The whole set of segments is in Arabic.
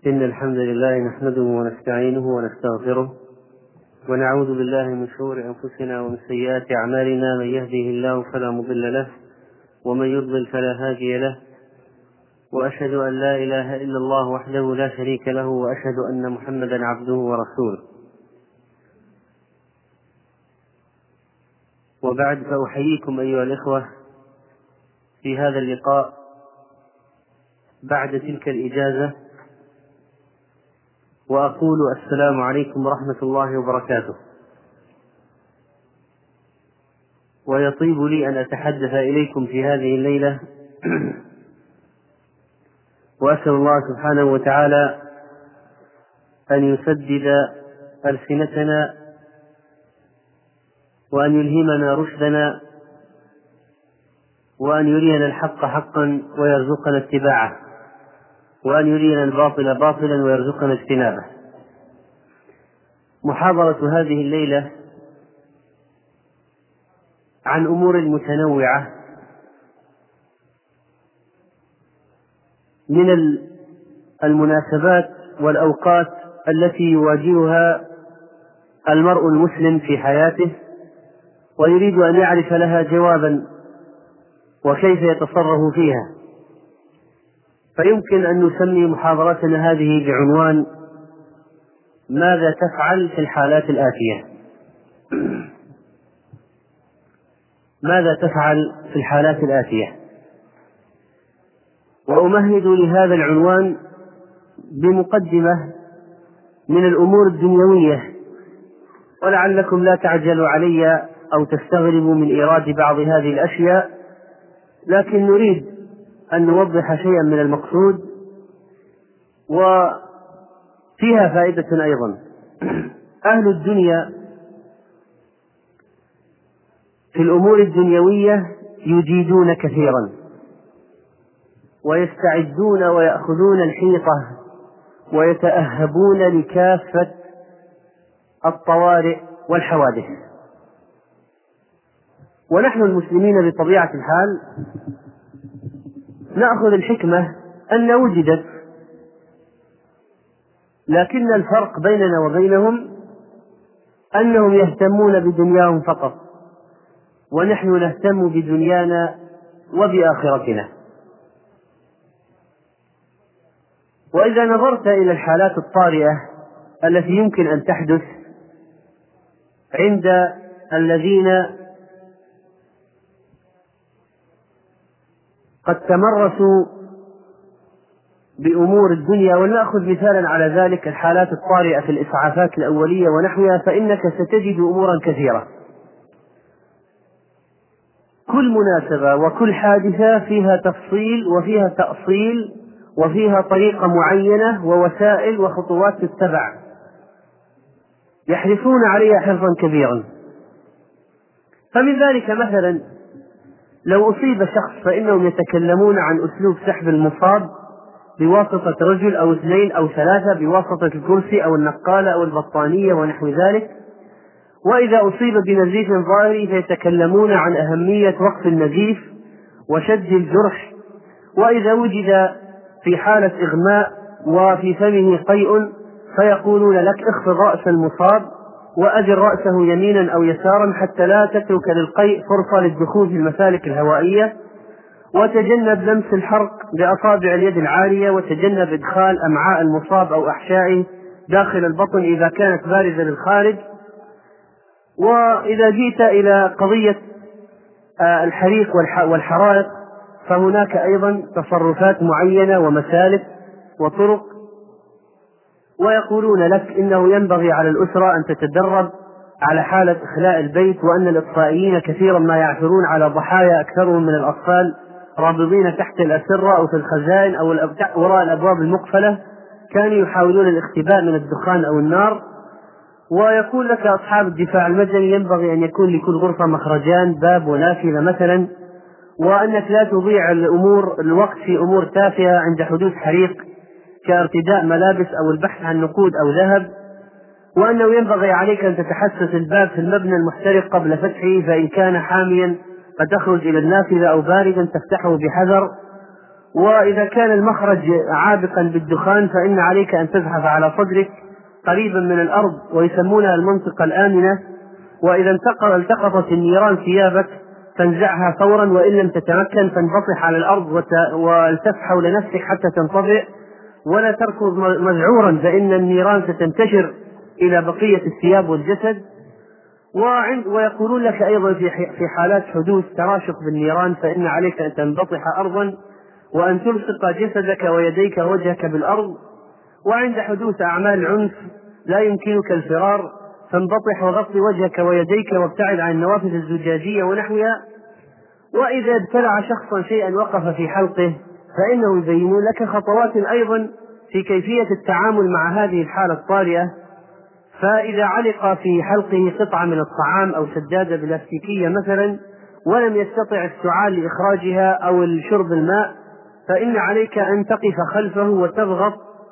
إن الحمد لله نحمده ونستعينه ونستغفره ونعوذ بالله من شرور أنفسنا ومن سيئات أعمالنا. من يهده الله فلا مضل له ومن يضلل فلا هادي له، وأشهد أن لا إله إلا الله وحده لا شريك له، وأشهد أن محمدا عبده ورسوله. وبعد، فأحييكم أيها الإخوة في هذا اللقاء بعد تلك الإجازة، وأقول السلام عليكم ورحمة الله وبركاته. ويطيب لي أن أتحدث إليكم في هذه الليلة وأسأل الله سبحانه وتعالى أن يسدد ألسنتنا وأن يلهمنا رشدنا وأن يرينا الحق حقا ويرزقنا اتباعه، وأن يرينا الباطل باطلا ويرزقنا اجتنابه. محاضرة هذه الليلة عن أمور متنوعة من المناسبات والأوقات التي يواجهها المرء المسلم في حياته ويريد أن يعرف لها جوابا وكيف يتصرف فيها. فيمكن أن نسمي محاضرتنا هذه بعنوان: ماذا تفعل في الحالات الآتية؟ ماذا تفعل في الحالات الآتية؟ وأمهد لهذا العنوان بمقدمة من الأمور الدنيوية، ولعلكم لا تعجلوا علي أو تستغربوا من إيراد بعض هذه الأشياء، لكن نريد أن نوضح شيئا من المقصود وفيها فائدة أيضا. أهل الدنيا في الأمور الدنيوية يجيدون كثيرا ويستعدون ويأخذون الحيطة ويتأهبون لكافة الطوارئ والحوادث. ونحن المسلمين بطبيعة الحال نأخذ الحكمة أن وجدت، لكن الفرق بيننا وبينهم أنهم يهتمون بدنياهم فقط، ونحن نهتم بدنيانا وبآخرتنا. وإذا نظرت إلى الحالات الطارئة التي يمكن أن تحدث عند الذين قد تمرسوا بأمور الدنيا، ولنأخذ مثالا على ذلك الحالات الطارئة في الإسعافات الأولية ونحوها، فإنك ستجد أمورا كثيرة. كل مناسبة وكل حادثة فيها تفصيل وفيها تأصيل وفيها طريقة معينة ووسائل وخطوات تتبع، يحرصون عليها حرصا كبيرا. فمن ذلك مثلا لو أصيب شخص فإنهم يتكلمون عن أسلوب سحب المصاب بواسطة رجل أو اثنين أو ثلاثة، بواسطة الكرسي أو النقالة أو البطانية ونحو ذلك. وإذا أصيب بنزيف ظاهري فيتكلمون عن أهمية وقف النزيف وشد الجرح. وإذا وجد في حالة إغماء وفي فمه قيء فيقولون لك: اخفض رأس المصاب وأدر رأسه يمينا أو يسارا حتى لا تترك للقيء فرصة للدخول في المسالك الهوائية، وتجنب لمس الحرق بأصابع اليد العالية، وتجنب إدخال أمعاء المصاب أو أحشائه داخل البطن إذا كانت بارزة للخارج. وإذا جئت إلى قضية الحريق والحرائق فهناك أيضا تصرفات معينة ومسالك وطرق. ويقولون لك إنه ينبغي على الأسرة أن تتدرب على حالة إخلاء البيت، وأن الإطفائيين كثيرا ما يعثرون على ضحايا أكثرهم من الأطفال رابضين تحت الأسرة أو في الخزائن أو وراء الأبواب المقفلة، كانوا يحاولون الاختباء من الدخان أو النار. ويقول لك أصحاب الدفاع المدني ينبغي أن يكون لكل غرفة مخرجان، باب ونافذة مثلا، وأنك لا تضيع الوقت في أمور تافهة عند حدوث حريق كارتداء ملابس أو البحث عن نقود أو ذهب، وأنه ينبغي عليك أن تتحسس الباب في المبنى المحترق قبل فتحه، فإن كان حاميا فتخرج إلى النافذة أو باردا تفتحه بحذر. وإذا كان المخرج عابقا بالدخان فإن عليك أن تزحف على صدرك قريبا من الأرض، ويسمونها المنطقة الآمنة. وإذا التقطت النيران ثيابك فانزعها فورا، وإن لم تتمكن فانبطح على الأرض والتف حول نفسك حتى تنطفئ، ولا تركض مذعورا فإن النيران ستنتشر إلى بقية الثياب والجسد. ويقولون لك أيضا في حالات حدوث تراشق بالنيران فإن عليك أن تنبطح أرضا وأن تلصق جسدك ويديك ووجهك بالأرض. وعند حدوث أعمال عنف لا يمكنك الفرار فانبطح وغطي وجهك ويديك وابتعد عن النوافذ الزجاجية ونحوها. وإذا ابتلع شخصا شيئا وقف في حلقه فإنهم يبينون لك خطوات أيضا في كيفية التعامل مع هذه الحالة الطارئة. فإذا علق في حلقه قطعة من الطعام أو سدادة بلاستيكية مثلا ولم يستطع السعال لإخراجها أو الشرب الماء فإن عليك أن تقف خلفه وتضغط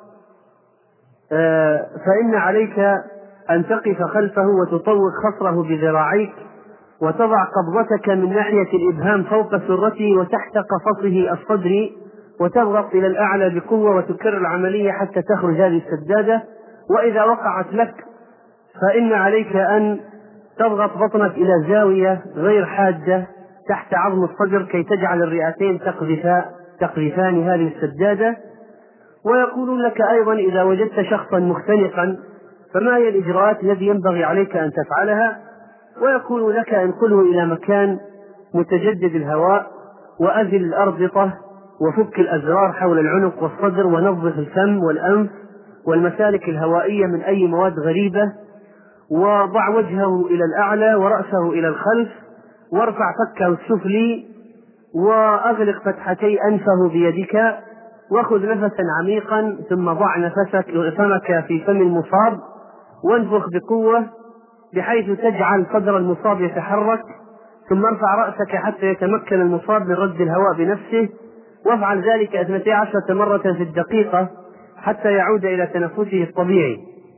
وتطوق خصره بذراعيك وتضع قبضتك من ناحية الإبهام فوق سرته وتحت قفصه الصدري وتضغط إلى الأعلى بقوة وتكرر العملية حتى تخرج هذه السدادة. وإذا وقعت لك فإن عليك أن تضغط بطنك إلى زاوية غير حادة تحت عظم الصدر كي تجعل الرئتين تقذفان هذه السدادة. ويقولون لك أيضا إذا وجدت شخصا مختنقا فما هي الإجراءات التي ينبغي عليك أن تفعلها، ويقول لك انقله إلى مكان متجدد الهواء وأزل الأربطة وفك الأزرار حول العنق والصدر ونظف الفم والأنف والمسالك الهوائية من أي مواد غريبة، وضع وجهه إلى الأعلى ورأسه إلى الخلف وارفع فكه السفلي وأغلق فتحتي أنفه بيدك واخذ نفسا عميقا ثم ضع فمك في فم المصاب وانفخ بقوة بحيث تجعل صدر المصاب يتحرك، ثم ارفع رأسك حتى يتمكن المصاب من رد الهواء بنفسه، وافعل ذلك 12 مرة في الدقيقة حتى يعود إلى تنفسه الطبيعي.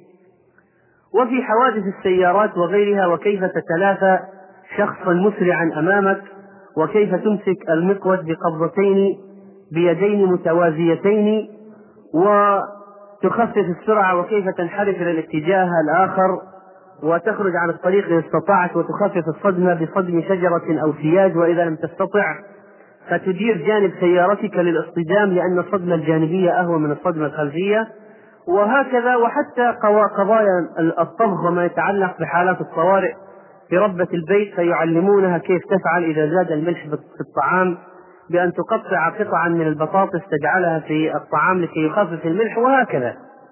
وفي حوادث السيارات وغيرها وكيف تتلافى شخصا مسرعا أمامك وكيف تمسك المقود بقبضتين بيدين متوازيتين وتخفف السرعة وكيف تنحرف إلى الاتجاه الآخر وتخرج على الطريق إذا استطعت وتخفف الصدمة بصدم شجرة أو سياج، وإذا لم تستطع فتدير جانب سيارتك للاصطدام لأن الصدمة الجانبية أهون من الصدمة الخلفية، وهكذا. وحتى قضايا الطبخ وما يتعلق بحالات الطوارئ في ربة البيت فيعلمونها كيف تفعل إذا زاد الملح في الطعام بأن تقطع قطعا من البطاطس تجعلها في الطعام لكي يخفف الملح، وهكذا.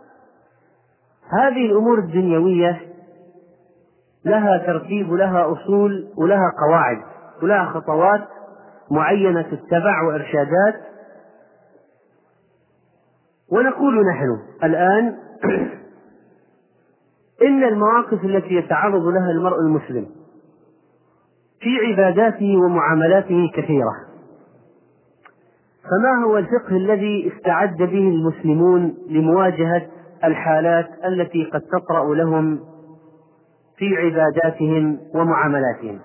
هذه الأمور الدنيوية لها ترتيب ولها أصول ولها قواعد ولها خطوات معينة تتبع وإرشادات. ونقول نحن الآن إن المواقف التي يتعرض لها المرء المسلم في عباداته ومعاملاته كثيرة، فما هو الفقه الذي استعد به المسلمون لمواجهة الحالات التي قد تطرأ لهم في عباداتهم ومعاملاتهم؟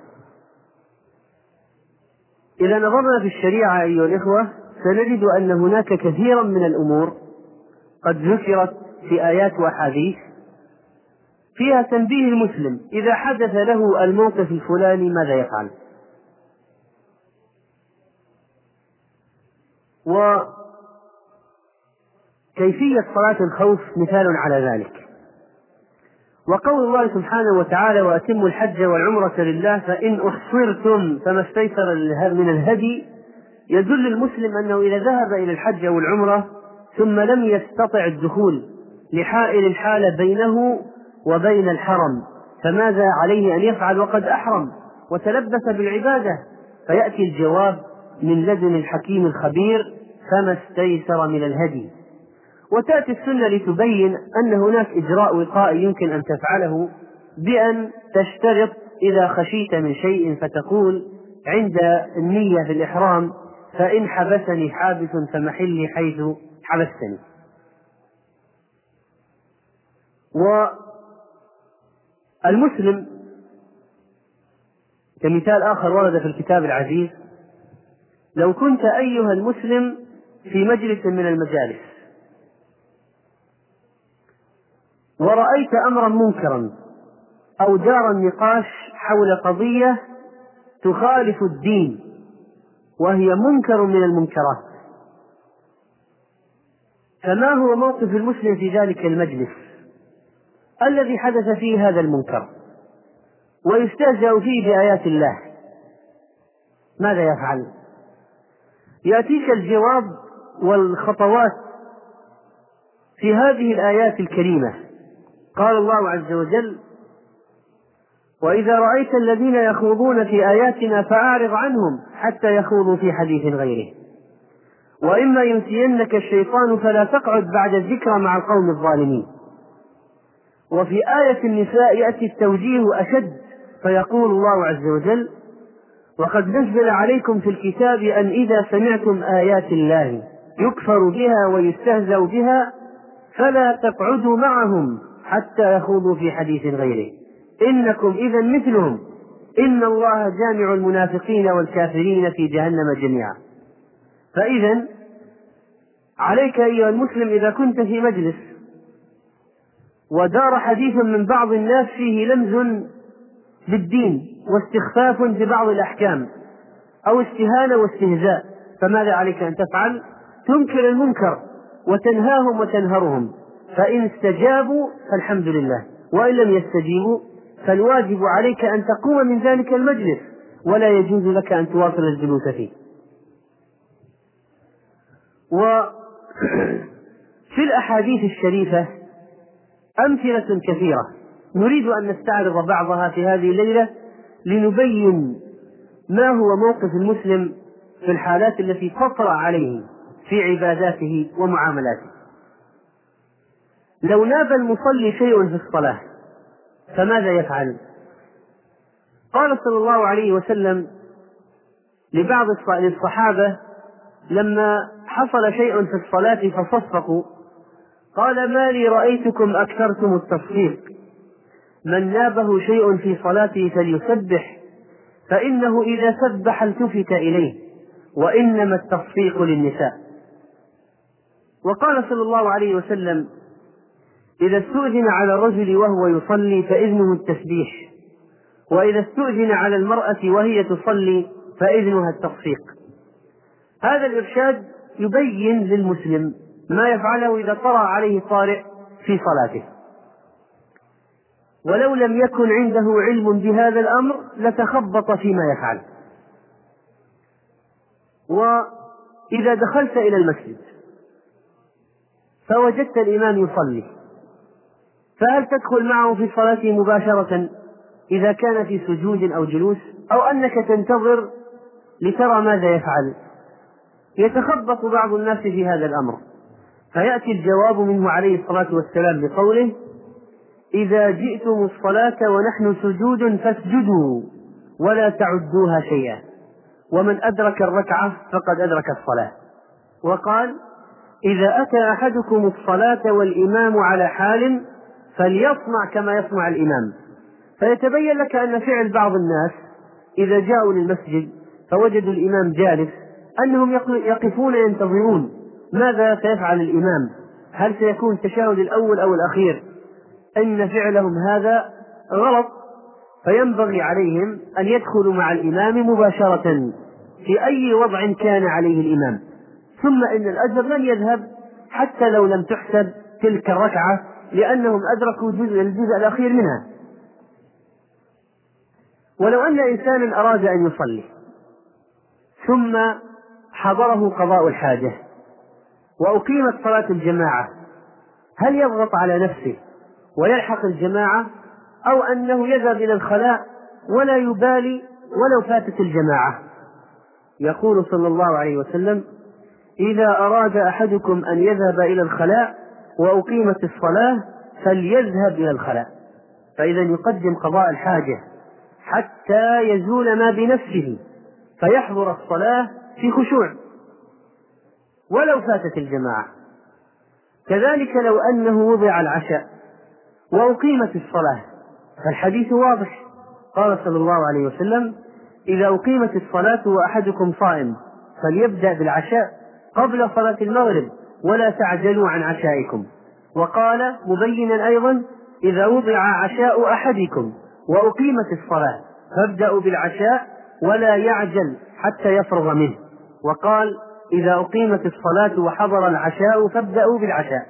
إذا نظرنا في الشريعة أيها الإخوة سنجد أن هناك كثيرا من الأمور قد ذكرت في آيات وأحاديث فيها تنبيه المسلم إذا حدث له الموقف الفلاني ماذا يفعل. وكيفية صلاة الخوف مثال على ذلك. وقول الله سبحانه وتعالى وأتموا الحج والعمرة لله فإن أحصرتم فما استيسر من الهدي يدل المسلم أنه إذا ذهب إلى الحج والعمرة ثم لم يستطع الدخول لحائل الحال بينه وبين الحرم فماذا عليه أن يفعل وقد أحرم وتلبس بالعبادة؟ فيأتي الجواب من لدن الحكيم الخبير فما استيسر من الهدي. وتأتي السنة لتبين أن هناك إجراء وقائي يمكن أن تفعله بأن تشترط إذا خشيت من شيء فتقول عند النية في الإحرام فإن حبسني حابس فمحلي حيث حبستني. والمسلم كمثال آخر ورد في الكتاب العزيز لو كنت أيها المسلم في مجلس من المجالس ورأيت أمرا منكرا أو دار النقاش حول قضية تخالف الدين وهي منكر من المنكرات، فما هو موقف المسلم في ذلك المجلس الذي حدث فيه هذا المنكر ويستهزأ فيه بآيات الله؟ ماذا يفعل؟ يأتيك الجواب والخطوات في هذه الآيات الكريمة. قال الله عز وجل: وإذا رأيت الذين يخوضون في آياتنا فأعرض عنهم حتى يخوضوا في حديث غيره، وإما ينسينك الشيطان فلا تقعد بعد الذكرى مع القوم الظالمين. وفي آية النساء يأتي التوجيه أشد، فيقول الله عز وجل: وقد نزل عليكم في الكتاب أن إذا سمعتم آيات الله يكفر بها ويستهزأ بها فلا تقعدوا معهم حتى يخوضوا في حديث غيره إنكم إذا مثلهم إن الله جامع المنافقين والكافرين في جهنم جميعا. فإذا عليك أيها المسلم إذا كنت في مجلس ودار حديث من بعض الناس فيه لمز بالدين واستخفاف ببعض الأحكام أو استهانة واستهزاء، فماذا عليك أن تفعل؟ تنكر المنكر وتنهاهم وتنهرهم، فإن استجابوا فالحمد لله، وإن لم يستجيبوا فالواجب عليك أن تقوم من ذلك المجلس ولا يجوز لك أن تواصل الجلوس فيه. وفي الأحاديث الشريفة أمثلة كثيرة نريد أن نستعرض بعضها في هذه الليلة لنبين ما هو موقف المسلم في الحالات التي تطرأ عليه في عباداته ومعاملاته. لو ناب المصلي شيء في الصلاة فماذا يفعل؟ قال صلى الله عليه وسلم لبعض الصحابة لما حصل شيء في الصلاة فصفقوا، قال: ما لي رأيتكم أكثرتم التصفيق، من نابه شيء في صلاته فليسبح فإنه إذا سبح التفت إليه وإنما التصفيق للنساء. وقال صلى الله عليه وسلم: إذا استؤذن على الرجل وهو يصلي فإذنه التسبيح، وإذا استؤذن على المرأة وهي تصلي فإذنها التصفيق. هذا الإرشاد يبين للمسلم ما يفعله إذا طرأ عليه طارئ في صلاته، ولو لم يكن عنده علم بهذا الأمر لتخبط فيما يفعل. وإذا دخلت إلى المسجد فوجدت الإمام يصلي، فهل تدخل معه في صلاته مباشرة إذا كان في سجود أو جلوس، أو أنك تنتظر لترى ماذا يفعل؟ يتخبط بعض الناس في هذا الأمر، فيأتي الجواب منه عليه الصلاة والسلام بقوله: إذا جئتم الصلاة ونحن سجود فاسجدوا ولا تعدوها شيئا، ومن أدرك الركعة فقد أدرك الصلاة. وقال: إذا أتى أحدكم الصلاة والإمام على حال فليصنع كما يصنع الإمام. فيتبين لك أن فعل بعض الناس إذا جاءوا للمسجد فوجدوا الإمام جالس أنهم يقفون ينتظرون ماذا سيفعل الإمام، هل سيكون التشهد الأول أو الأخير. إن فعلهم هذا غلط، فينبغي عليهم أن يدخلوا مع الإمام مباشرة في أي وضع كان عليه الإمام، ثم إن الأجر لن يذهب حتى لو لم تحسب تلك الركعة لأنهم أدركوا الجزء الأخير منها. ولو أن إنسانا أراد أن يصلي ثم حضره قضاء الحاجة وأقيمت صلاة الجماعة، هل يضغط على نفسه ويلحق الجماعة، أو أنه يذهب إلى الخلاء ولا يبالي ولو فاتت الجماعة؟ يقول صلى الله عليه وسلم: إذا أراد أحدكم أن يذهب إلى الخلاء وأقيمت الصلاة فليذهب إلى الخلاء. فإذا يقدم قضاء الحاجة حتى يزول ما بنفسه فيحضر الصلاة في خشوع ولو فاتت الجماعة. كذلك لو أنه وضع العشاء وأقيمت الصلاة فالحديث واضح، قال صلى الله عليه وسلم: إذا أقيمت الصلاة وأحدكم صائم فليبدأ بالعشاء قبل صلاة المغرب ولا تعجلوا عن عشائكم. وقال مبينا أيضا إذا وضع عشاء أحدكم وأقيمت الصلاة فابدأوا بالعشاء ولا يعجل حتى يفرغ منه. وقال إذا أقيمت الصلاة وحضر العشاء فابدأوا بالعشاء.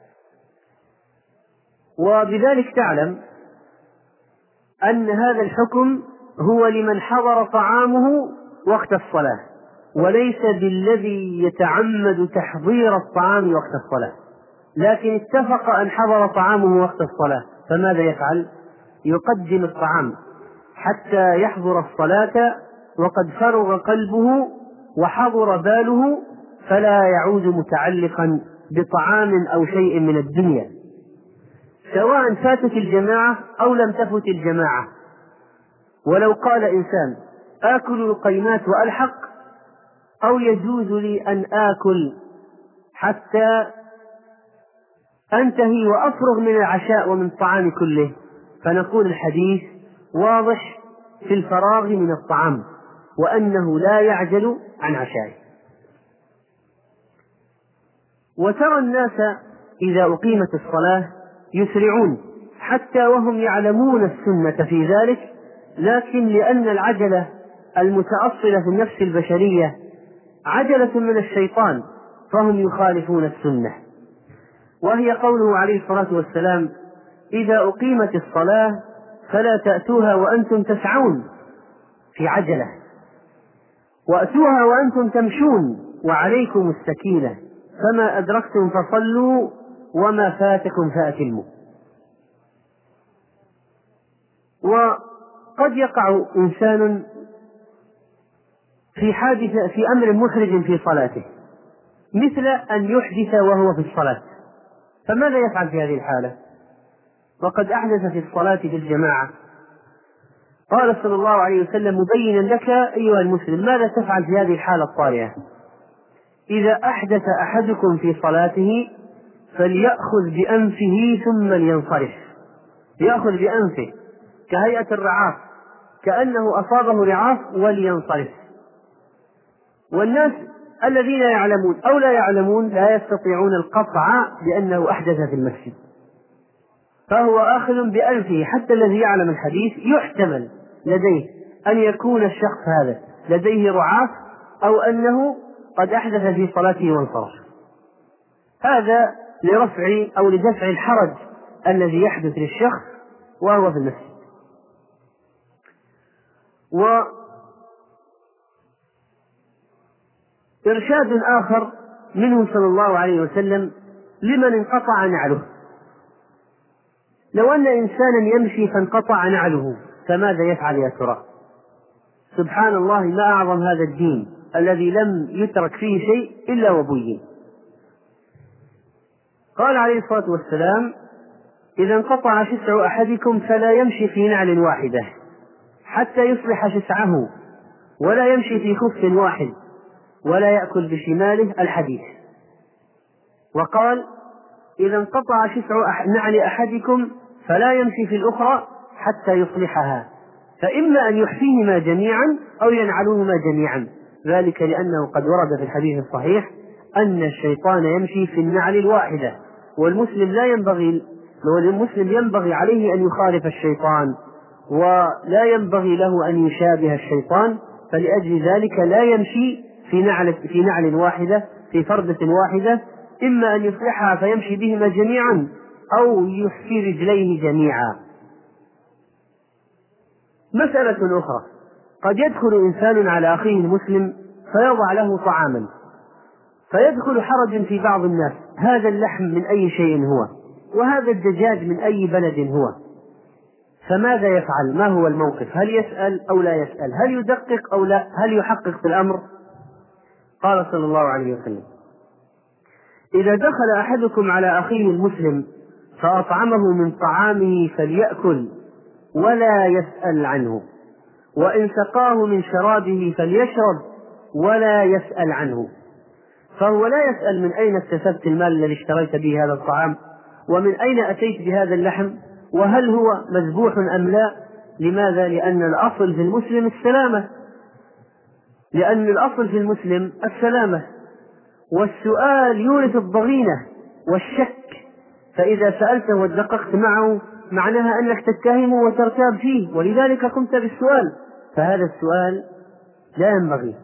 وبذلك تعلم أن هذا الحكم هو لمن حضر طعامه وقت الصلاة، وليس بالذي يتعمد تحضير الطعام وقت الصلاة، لكن اتفق أن حضر طعامه وقت الصلاة، فماذا يفعل؟ يقدم الطعام حتى يحضر الصلاة وقد فرغ قلبه وحضر باله، فلا يعود متعلقا بطعام أو شيء من الدنيا، سواء فاتت الجماعة أو لم تفت الجماعة. ولو قال إنسان آكل القيمات وألحق، أو يجوز لي أن آكل حتى أنتهي وأفرغ من العشاء ومن الطعام كله، فنقول الحديث واضح في الفراغ من الطعام وأنه لا يعجل عن عشائه. وترى الناس إذا أقيمت الصلاة يسرعون حتى وهم يعلمون السنة في ذلك، لكن لأن العجلة المتأصلة في النفس البشرية عجلة من الشيطان فهم يخالفون السنة، وهي قوله عليه الصلاة والسلام إذا أقيمت الصلاة فلا تأتوها وأنتم تسعون في عجلة، وأتوها وأنتم تمشون وعليكم السكينة، فما أدركتم فصلوا وما فاتكم فأتموا. وقد يقع إنسان في حادثة في أمر محرج في صلاته، مثل أن يحدث وهو في الصلاة، فماذا يفعل في هذه الحالة؟ وقد أحدث في الصلاة في الجماعة. قال صلى الله عليه وسلم مبينا لك أيها المسلم ماذا تفعل في هذه الحالة الطارئة؟ إذا أحدث أحدكم في صلاته فليأخذ بأنفه ثم لينصرف، يأخذ بأنفه كهيئة الرعاف، كأنه أصابه رعاف، ولينصرف. والناس الذين يعلمون أو لا يعلمون لا يستطيعون القطع بأنه أحدث في المسجد، فهو آخذ بأنفه. حتى الذي يعلم الحديث يحتمل لديه أن يكون الشخص هذا لديه رعاف أو أنه قد أحدث في صلاته وانصرف، هذا لرفع أو لدفع الحرج الذي يحدث للشخص وهو في المسجد. وإرشاد آخر منه صلى الله عليه وسلم لمن انقطع نعله. لو أن إنسانا يمشي فانقطع نعله فماذا يفعل يا ترى؟ سبحان الله، ما أعظم هذا الدين الذي لم يترك فيه شيء إلا وبين. قال عليه الصلاة والسلام إذا انقطع شسع أحدكم فلا يمشي في نعل واحدة حتى يصلح شسعه، ولا يمشي في خف واحد، ولا يأكل بشماله الحديث. وقال إذا انقطع شسع نعل أحدكم فلا يمشي في الأخرى حتى يصلحها، فإما أن يحفيهما جميعا أو ينعلوهما جميعا، ذلك لأنه قد ورد في الحديث الصحيح أن الشيطان يمشي في النعل الواحدة، والمسلم ينبغي عليه أن يخالف الشيطان، ولا ينبغي له أن يشابه الشيطان، فلأجل ذلك لا يمشي في نعل واحدة في فردة واحدة، إما أن يصلحها فيمشي بهما جميعا أو يحفي رجليه جميعا. مسألة أخرى، قد يدخل إنسان على أخيه المسلم فيضع له طعاما، فيدخل حرج في بعض الناس، هذا اللحم من أي شيء هو، وهذا الدجاج من أي بلد هو، فماذا يفعل؟ ما هو الموقف؟ هل يسأل أو لا يسأل؟ هل يدقق أو لا؟ هل يحقق في الأمر؟ قال صلى الله عليه وسلم إذا دخل أحدكم على أخيه المسلم فأطعمه من طعامه فليأكل ولا يسأل عنه، وإن سقاه من شرابه فليشرب ولا يسأل عنه. فهو لا يسأل من أين اكتسبت المال الذي اشتريت به هذا الطعام، ومن أين أتيت بهذا اللحم، وهل هو مذبوح أم لا. لماذا؟ لأن الأصل في المسلم السلامة، والسؤال يورث الضغينة والشك، فإذا سألته ودققت معه معناها أنك تتهمه وترتاب فيه، ولذلك قمت بالسؤال. فهذا السؤال لا ينبغي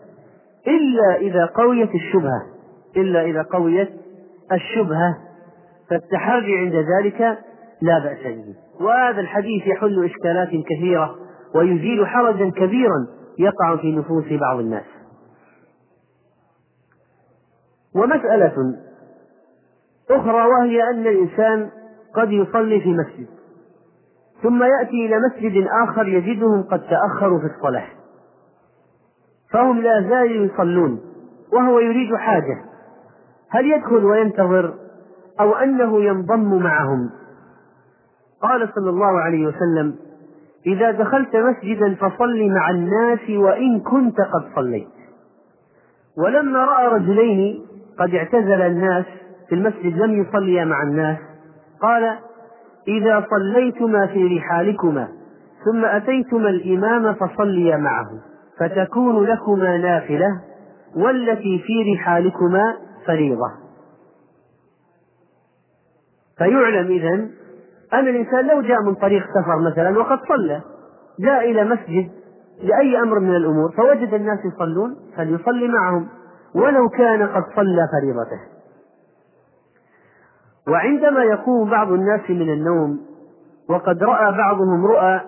إلا إذا قويت الشبهة، فالتحري عند ذلك لا بأس به. وهذا الحديث يحل إشكالات كثيرة ويزيل حرجا كبيرا يقع في نفوس بعض الناس. ومسألة أخرى وهي أن الإنسان قد يصلي في مسجد ثم يأتي إلى مسجد آخر يجدهم قد تأخروا في الصلاة، فهم لا زالوا يصلون وهو يريد حاجة، هل يدخل وينتظر أو أنه ينضم معهم؟ قال صلى الله عليه وسلم: إذا دخلت مسجدا فصل مع الناس وإن كنت قد صليت. ولما رأى رجلين قد اعتزل الناس في المسجد لم يصليا مع الناس قال: إذا صليتما في رحالكما ثم أتيتما الإمام فصليا معه فتكون لكما نافلة والتي في رحالكما فريضة. فيعلم إذن أن الإنسان لو جاء من طريق سفر مثلا وقد صلى، جاء إلى مسجد لأي أمر من الأمور فوجد الناس يصلون فليصلي معهم ولو كان قد صلى فريضته. وعندما يقوم بعض الناس من النوم وقد رأى بعضهم رؤى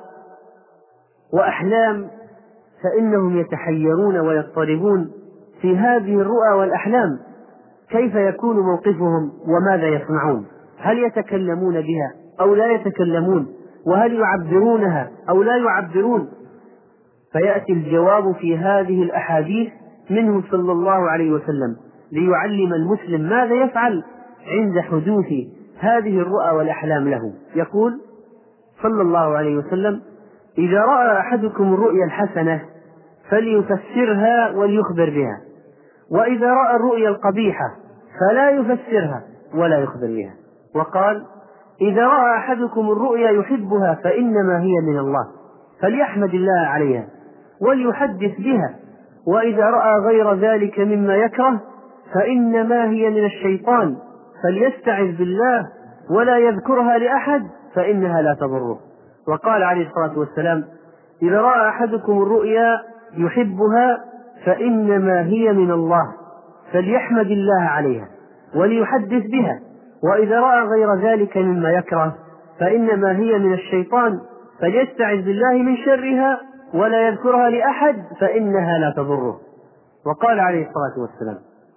وأحلام فإنهم يتحيرون ويضطربون في هذه الرؤى والأحلام، كيف يكون موقفهم وماذا يصنعون؟ هل يتكلمون بها أو لا يتكلمون؟ وهل يعبرونها أو لا يعبرون؟ فيأتي الجواب في هذه الأحاديث منه صلى الله عليه وسلم ليعلم المسلم ماذا يفعل عند حدوث هذه الرؤى والأحلام له. يقول صلى الله عليه وسلم: إذا رأى أحدكم الرؤيا الحسنة فليفسرها وليخبر بها، وإذا رأى الرؤيا القبيحة فلا يفسرها ولا يخبر بها. وقال: إذا رأى أحدكم الرؤيا يحبها فإنما هي من الله فليحمد الله عليها وليحدث بها، وإذا رأى غير ذلك مما يكره فإنما هي من الشيطان فليستعذ بالله ولا يذكرها لأحد فإنها لا تضره. وقال عليه الصلاة والسلام: إذا رأى أحدكم الرؤيا يحبها فإنما هي من الله فليحمد الله عليها وليحدث بها، وإذا رأى غير ذلك مما يكره فإنما هي من الشيطان فليستعذ بالله من شرها ولا يذكرها لأحد فإنها لا تضره. وقال عليه الصلاة والسلام: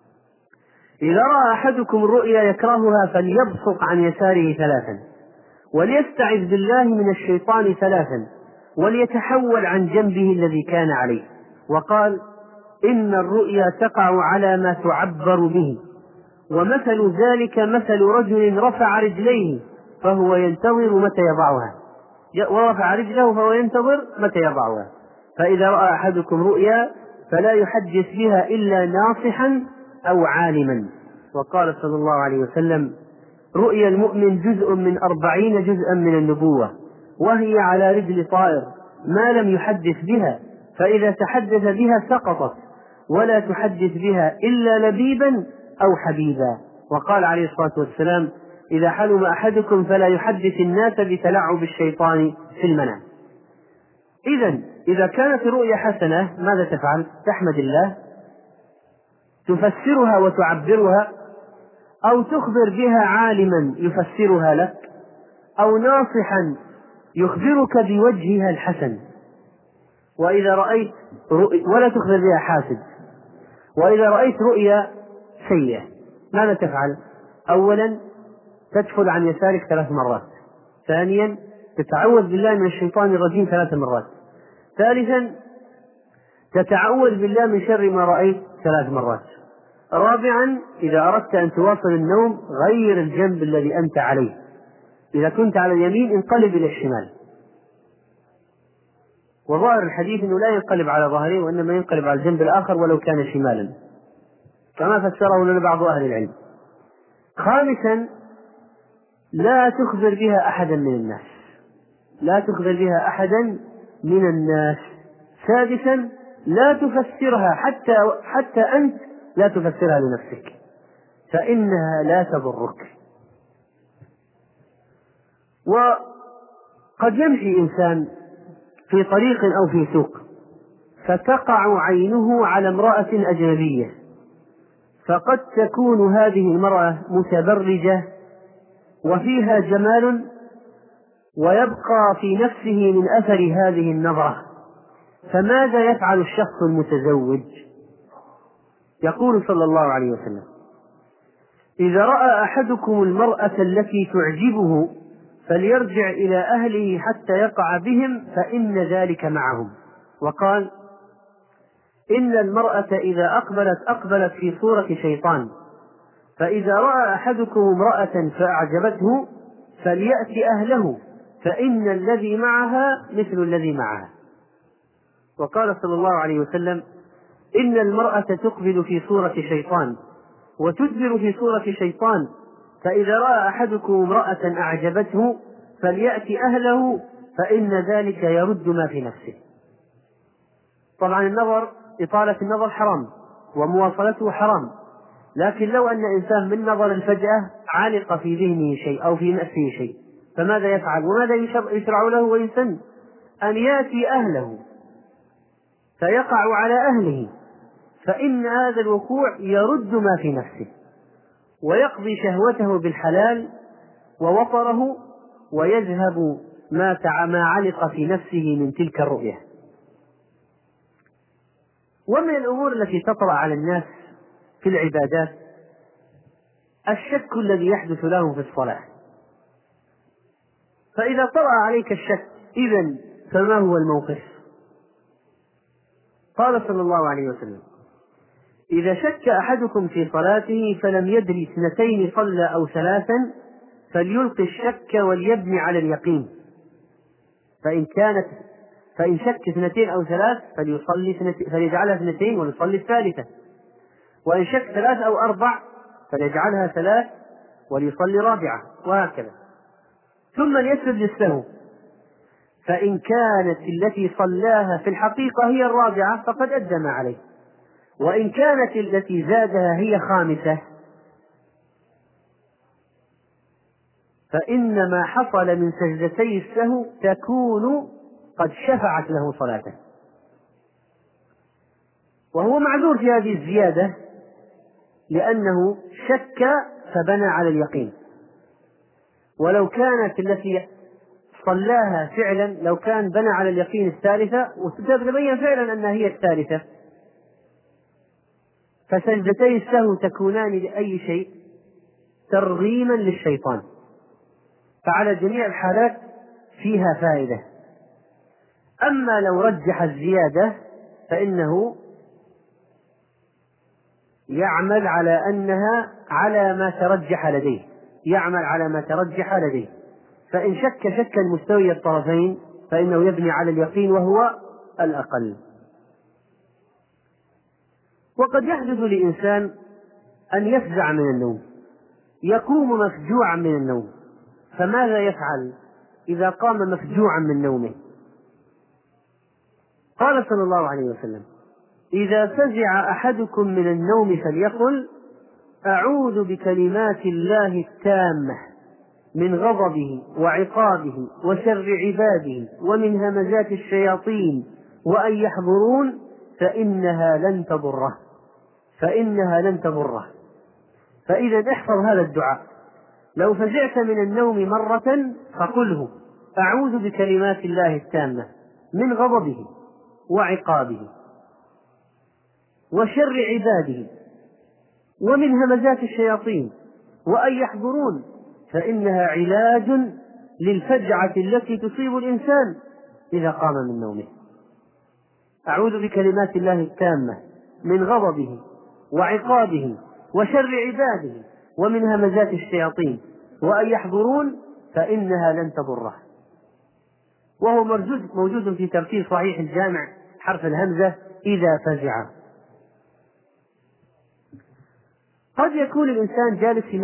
إذا رأى أحدكم الرؤيا يكرهها فليبصق عن يساره 3 وليستعذ بالله من الشيطان 3 وليتحول عن جنبه الذي كان عليه. وقال: إن الرؤيا تقع على ما تعبر به، ومثل ذلك مثل رجل رفع رجليه فهو ينتظر متى يضعها، ورفع رجله فهو ينتظر متى يضعها. فإذا رأى أحدكم رؤيا فلا يحدث بها إلا ناصحا أو عالما. وقال صلى الله عليه وسلم: رؤيا المؤمن جزء من 40 جزءا من النبوة، وهي على رجل طائر ما لم يحدث بها، فإذا تحدث بها سقطت، ولا تحدث بها إلا لبيبا أو حبيبا. وقال عليه الصلاة والسلام: إذا حلم أحدكم فلا يحدث الناس بتلعب الشيطان في المنام. إذا كانت الرؤيا حسنة ماذا تفعل؟ تحمد الله، تفسرها وتعبرها، أو تخبر بها عالما يفسرها لك، أو ناصحا يخبرك بوجهها الحسن. وإذا رأيت ولا تخبر بها حاسد. وإذا رأيت رؤيا سيئة ماذا تفعل؟ أولا تدخل عن يسارك 3 مرات، ثانيا تتعوذ بالله من الشيطان الرجيم 3 مرات، ثالثا تتعوذ بالله من شر ما رأيت 3 مرات، رابعا إذا أردت أن تواصل النوم غير الجنب الذي أنت عليه، إذا كنت على اليمين انقلب إلى الشمال. وظاهر الحديث أنه لا ينقلب على ظهره وإنما ينقلب على الجنب الآخر ولو كان شمالا، كما فسره لنا بعض أهل العلم. خامسا لا تخبر بها أحدا من الناس، لا تخبر بها أحدا من الناس. سادسا لا تفسرها حتى أنت لا تفسرها لنفسك، فإنها لا تضرك. وقد يمشي إنسان في طريق أو في سوق فتقع عينه على امرأة أجنبية، فقد تكون هذه المرأة متبرجة وفيها جمال، ويبقى في نفسه من أثر هذه النظرة، فماذا يفعل الشخص المتزوج؟ يقول صلى الله عليه وسلم: إذا رأى أحدكم المرأة التي تعجبه فليرجع إلى أهله حتى يقع بهم فإن ذلك معهم. وقال: إن المرأة إذا أقبلت في صورة شيطان، فإذا رأى أحدكم امرأة فأعجبته فليأتي أهله فإن الذي معها مثل الذي معها. وقال صلى الله عليه وسلم: إن المرأة تقبل في صورة شيطان وتدبر في صورة شيطان، فإذا رأى أحدكم امرأة أعجبته فليأتي أهله فإن ذلك يرد ما في نفسه. طبعا إطالة النظر حرام ومواصلته حرام، لكن لو أن إنسان من نظر الفجأة علق في ذهنه شيء أو في نفسه شيء، فماذا يفعل وماذا يشرع له ويسن؟ أن يأتي أهله فيقع على أهله، فإن هذا الوقوع يرد ما في نفسه ويقضي شهوته بالحلال ووطره، ويذهب ما علق في نفسه من تلك الرؤية. ومن الأمور التي تطرأ على الناس في العبادات الشك الذي يحدث لهم في الصلاة. فإذا طرأ عليك الشك إذن فما هو الموقف؟ قال صلى الله عليه وسلم: إذا شك أحدكم في صلاته فلم يدري 2 صلى أو 3 فليلقي الشك وليبني على اليقين، فإن شك 2 أو 3 فليجعلها 2 وليصلي الثالثة، وإن شك 3 أو 4 فليجعلها 3 وليصلي رابعة، وهكذا. ثم ليسجد للسهو، فإن كانت التي صلاها في الحقيقة هي الرابعة فقد أدى ما عليه، وإن كانت التي زادها هي 5 فإن ما حصل من سجدتي السهو تكون قد شفعت له صلاته، وهو معذور في هذه الزيادة لأنه شك فبنى على اليقين. ولو كانت التي صلاها فعلا، لو كان بنى على اليقين الثالثة وتبين فعلا أنها هي الثالثة، فسجدتي السهو تكونان لأي شيء؟ ترغيما للشيطان، فعلى جميع الحالات فيها فائدة. أما لو رجح الزيادة فإنه يعمل على أنها على ما ترجح لديه، فإن شك المستوي الطرفين فإنه يبني على اليقين وهو الأقل. وقد يحدث لإنسان أن يفزع من النوم، يقوم مفجوعا من النوم، فماذا يفعل إذا قام مفجوعا من نومه؟ قال صلى الله عليه وسلم: إذا فزع أحدكم من النوم فليقل: أعوذ بكلمات الله التامة من غضبه وعقابه وشر عباده ومن همزات الشياطين وأن يحضرون فإنها لن تضره. فإذا احفظ هذا الدعاء، لو فزعت من النوم مرة فقله: أعوذ بكلمات الله التامة من غضبه وعقابه وشر عباده ومن همزات الشياطين وأن يحضرون، فإنها علاج للفجعة التي تصيب الإنسان إذا قام من نومه. أعوذ بكلمات الله التامة من غضبه وعقابه وشر عباده ومن همزات الشياطين وأن يحضرون فإنها لن تضره. وهو موجود في ترتيب صحيح الجامع حرف الهمزة إذا فزع. قد يكون الإنسان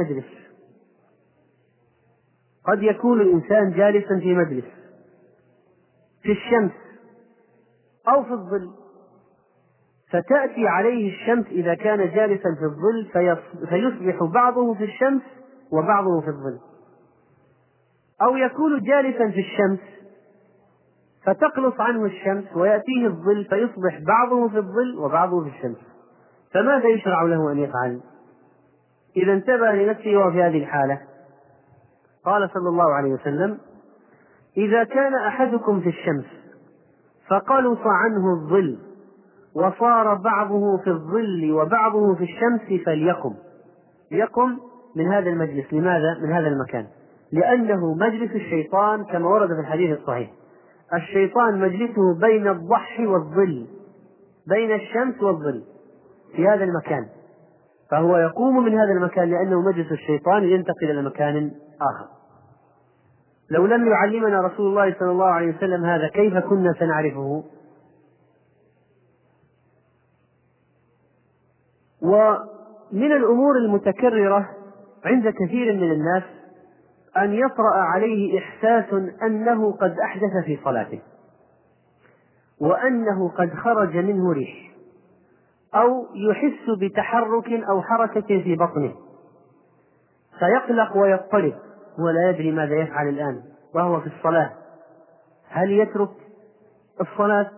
جالسا في مجلس في الشمس أو في الظل، فتأتي عليه الشمس إذا كان جالسا في الظل فيصبح بعضه في الشمس وبعضه في الظل، أو يكون جالسا في الشمس فتقلص عنه الشمس ويأتيه الظل فيصبح بعضه في الظل وبعضه في الشمس. فماذا يشرع له أن يفعل إذا انتبه لنفسه وهو في هذه الحالة؟ قال صلى الله عليه وسلم: إذا كان أحدكم في الشمس فقلص عنه الظل وصار بعضه في الظل وبعضه في الشمس يقم من هذا المجلس. لماذا؟ من هذا المكان، لأنه مجلس الشيطان كما ورد في الحديث الصحيح. الشيطان مجلسه بين الضحى والظل، بين الشمس والظل في هذا المكان، فهو يقوم من هذا المكان لأنه مجلس الشيطان ينتقل إلى مكان آخر. لو لم يعلمنا رسول الله صلى الله عليه وسلم هذا كيف كنا سنعرفه؟ ومن الأمور المتكررة عند كثير من الناس أن يطرأ عليه إحساس أنه قد أحدث في صلاته، وأنه قد خرج منه ريح، أو يحس بتحرك أو حركة في بطنه فيقلق ويضطرب ولا يدري ماذا يفعل الآن وهو في الصلاة. هل يترك الصلاة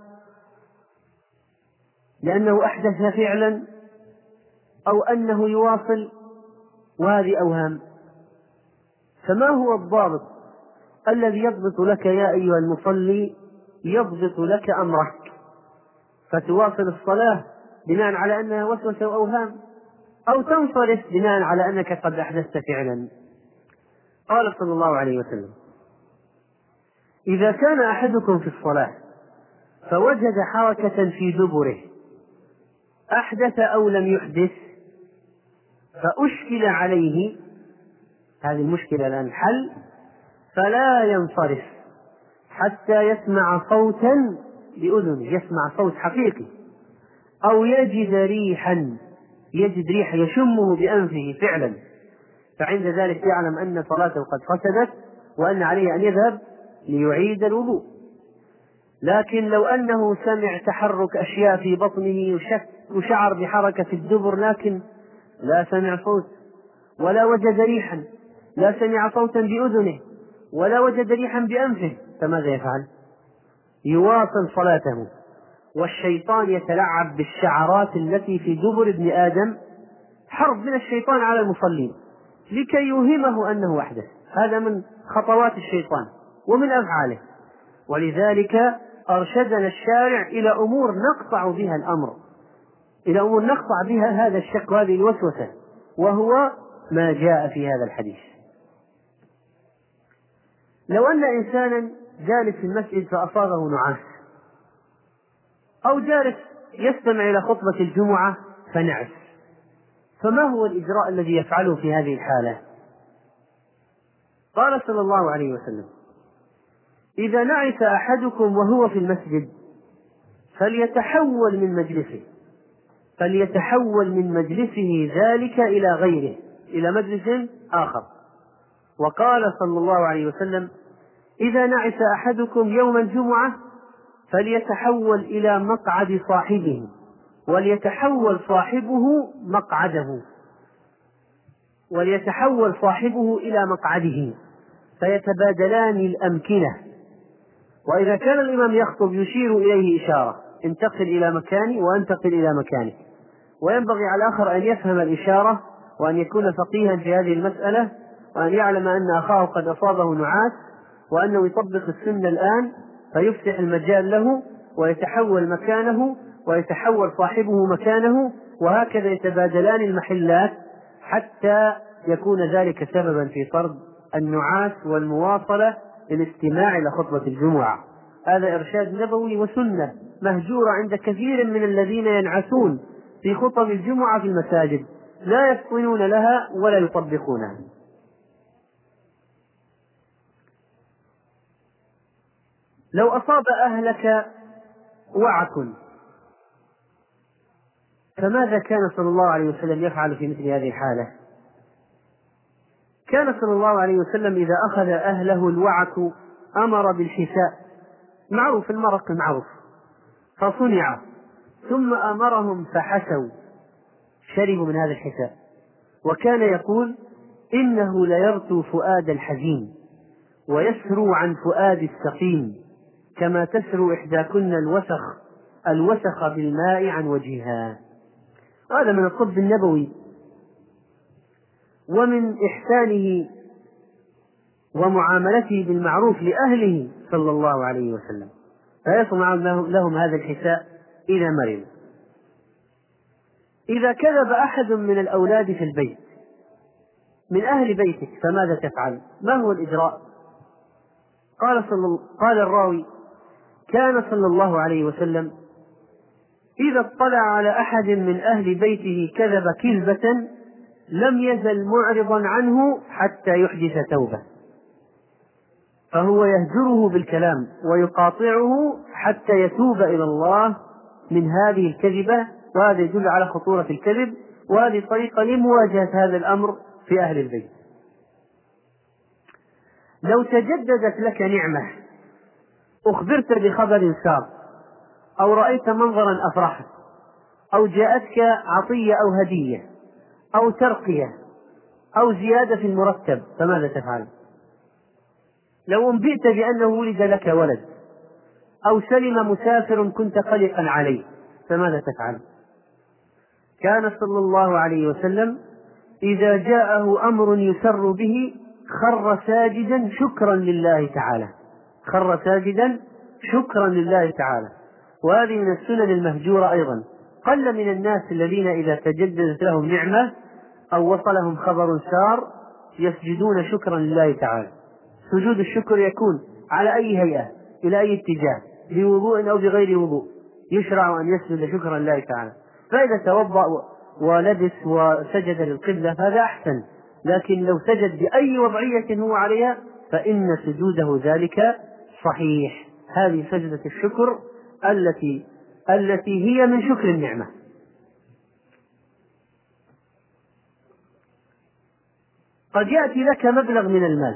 لأنه أحدث فعلا أو أنه يواصل؟ وهذه أوهام. فما هو الضابط الذي يضبط لك يا أيها المصلي، يضبط لك أمرك فتواصل الصلاة بناء على أنها وسوسة وأوهام، أو تنصرف بناء على أنك قد أحدثت فعلا؟ قال صلى الله عليه وسلم: إذا كان أحدكم في الصلاة فوجد حركة في دبره أحدث أو لم يحدث فأشكل عليه، هذه المشكلة الآن حل، فلا ينصرف حتى يسمع صوتا بأذنه، يسمع صوت حقيقي، أو يجد ريحا يشمه بأنفه فعلا، فعند ذلك يعلم أن صلاته قد فسدت وأن عليه أن يذهب ليعيد الوضوء. لكن لو أنه سمع تحرك أشياء في بطنه وشعر بحركة في الدبر لكن لا سمع صوت ولا وجد ريحا، لا سمع صوتا بأذنه ولا وجد ريحا بأنفه، فماذا يفعل؟ يواصل صلاته، والشيطان يتلعب بالشعرات التي في دبر ابن آدم، حرب من الشيطان على المصلين لكي يوهمه أنه أحدث. هذا من خطوات الشيطان ومن أفعاله. ولذلك أرشدنا الشارع إلى أمور نقطع بها الأمر، إلى أمور نقطع بها هذا الشك وهذه الوسوسة، وهو ما جاء في هذا الحديث. لو أن إنسانا جالس في المسجد فأصابه نعاس، أو جالس يستمع إلى خطبة الجمعة فنعس، فما هو الإجراء الذي يفعله في هذه الحالة؟ قال صلى الله عليه وسلم: إذا نعس أحدكم وهو في المسجد فليتحول من مجلسه ذلك إلى غيره، إلى مجلس آخر. وقال صلى الله عليه وسلم: إذا نعس أحدكم يوم الجمعة فليتحول إلى مقعد صاحبه، وليتحول صاحبه إلى مقعده، فيتبادلان الأمكنة. وإذا كان الإمام يخطب يشير إليه إشارة: انتقل إلى مكاني وانتقل إلى مكانك. وينبغي على الآخر أن يفهم الإشارة وأن يكون فقيها في هذه المسألة، وأن يعلم أن أخاه قد أصابه نعاس وأنه يطبق السنة الآن، فيفتح المجال له ويتحول مكانه ويتحول صاحبه مكانه، وهكذا يتبادلان المحلات حتى يكون ذلك سببا في طرد النعاس والمواصلة للاستماع إلى خطبة الجمعة. هذا إرشاد نبوي وسنة مهجورة عند كثير من الذين ينعسون في خطب الجمعة في المساجد، لا يفطنون لها ولا يطبقونها. لو أصاب أهلك وعك فماذا كان صلى الله عليه وسلم يفعل في مثل هذه الحالة؟ كان صلى الله عليه وسلم إذا أخذ أهله الوعك أمر بالحساء، معروف المرق المعروف، فصنع ثم أمرهم فحسوا، شربوا من هذا الحساء، وكان يقول: إنه ليرثو فؤاد الحزين ويسرو عن فؤاد السقيم، كما تسرو إحداكن الوسخ بالماء عن وجهها. وهذا من الطب النبوي ومن إحسانه ومعاملته بالمعروف لأهله صلى الله عليه وسلم، فيصنع لهم هذا الحساء إذا مرضوا. إذا كذب أحد من الأولاد في البيت من أهل بيتك فماذا تفعل؟ ما هو الإجراء؟ قال الراوي: كان صلى الله عليه وسلم إذا اطلع على أحد من أهل بيته كذب كذبة لم يزل معرضا عنه حتى يحدث توبة، فهو يهجره بالكلام ويقاطعه حتى يتوب إلى الله من هذه الكذبة. وهذا يدل على خطورة الكذب، وهذه طريقة لمواجهة هذا الأمر في أهل البيت. لو تجددت لك نعمة، أخبرت بخبر سار، أو رأيت منظرا أفرحك، أو جاءتك عطية أو هدية أو ترقية أو زيادة في المرتب، فماذا تفعل؟ لو أنبئت بأنه ولد لك ولد، أو سلم مسافر كنت قلقا عليه، فماذا تفعل؟ كان صلى الله عليه وسلم إذا جاءه أمر يسر به خر ساجدا شكرا لله تعالى، خر ساجدا شكرا لله تعالى. وهذه من السنن المهجورة أيضا. قل من الناس الذين إذا تجددت لهم نعمة أو وصلهم خبر سار يسجدون شكرا لله تعالى. سجود الشكر يكون على أي هيئة، إلى أي اتجاه، بوضوء أو بغير وضوء، يشرع أن يسجد شكرا لله تعالى. فإذا توضأ ولبس وسجد للقبلة فهذا أحسن، لكن لو سجد بأي وضعية هو عليها فإن سجوده ذلك صحيح. هذه سجدة الشكر التي هي من شكر النعمة. قد يأتي لك مبلغ من المال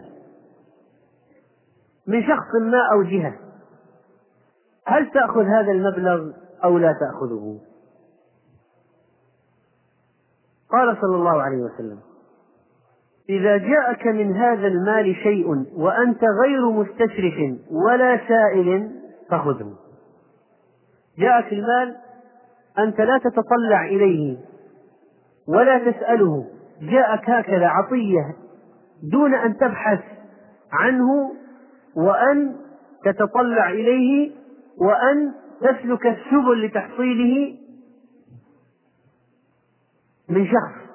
من شخص ما أو جهة، هل تأخذ هذا المبلغ أو لا تأخذه؟ قال صلى الله عليه وسلم: إذا جاءك من هذا المال شيء وأنت غير مستشرف ولا سائل فخذه. جاءك المال أنت لا تتطلع إليه ولا تسأله، جاءك هكذا عطية دون أن تبحث عنه وأن تتطلع إليه وأن تسلك السبل لتحصيله من شخص،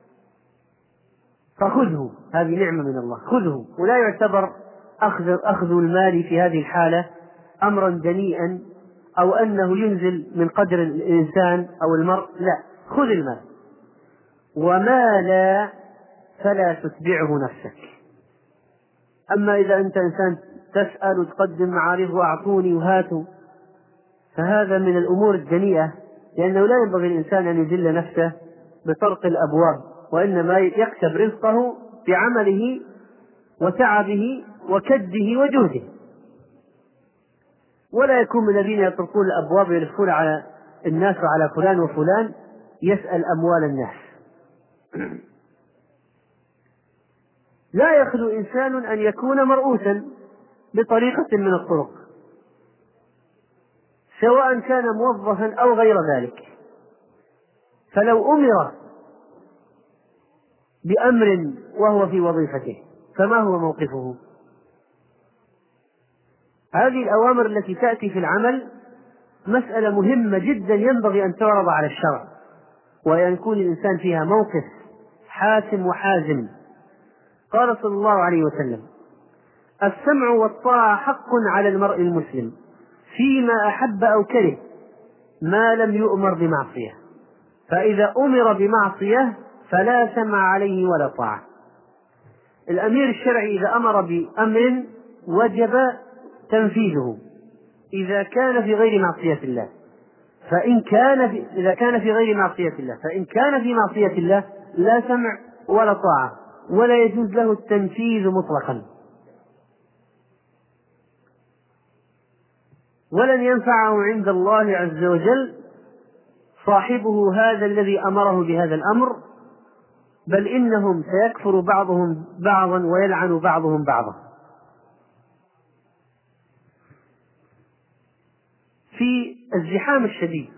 فخذه. هذه نعمة من الله، خذه. ولا يعتبر أخذ المال في هذه الحالة أمرا دنيئا أو أنه ينزل من قدر الإنسان أو المرء، لا، خذ المال. وما لا فلا تتبعه نفسك. أما إذا أنت إنسان تسأل وتقدم معارض وأعطوني وهاتوا، فهذا من الأمور الدنيئة، لأنه لا ينبغي الإنسان أن يذل نفسه بطرق الأبواب، وإنما يكسب رزقه بعمله وتعبه وكده وجهده، ولا يكون من الذين يطرقون الأبواب ويلفون على الناس وعلى فلان وفلان يسأل أموال الناس. لا يخلو إنسان أن يكون مرؤوسا بطريقة من الطرق، سواء كان موظفا أو غير ذلك. فلو أمر بأمر وهو في وظيفته فما هو موقفه؟ هذه الأوامر التي تأتي في العمل مسألة مهمة جدا ينبغي أن تعرض على الشرع، وأن يكون الإنسان فيها موقف حاسم وحازم. قال صلى الله عليه وسلم: السمع والطاعة حق على المرء المسلم فيما أحب أو كره ما لم يؤمر بمعصية، فإذا أمر بمعصية فلا سمع عليه ولا طاعة. الأمير الشرعي إذا أمر بأمر وجب تنفيذه إذا كان في غير معصية الله، إذا كان في غير معصية الله، فإن كان في معصية الله لا سمع ولا طاعة، ولا يجوز له التنفيذ مطلقا، ولن ينفعه عند الله عز وجل صاحبه هذا الذي أمره بهذا الأمر، بل إنهم سيكفر بعضهم بعضا ويلعن بعضهم بعضا. في الزحام الشديد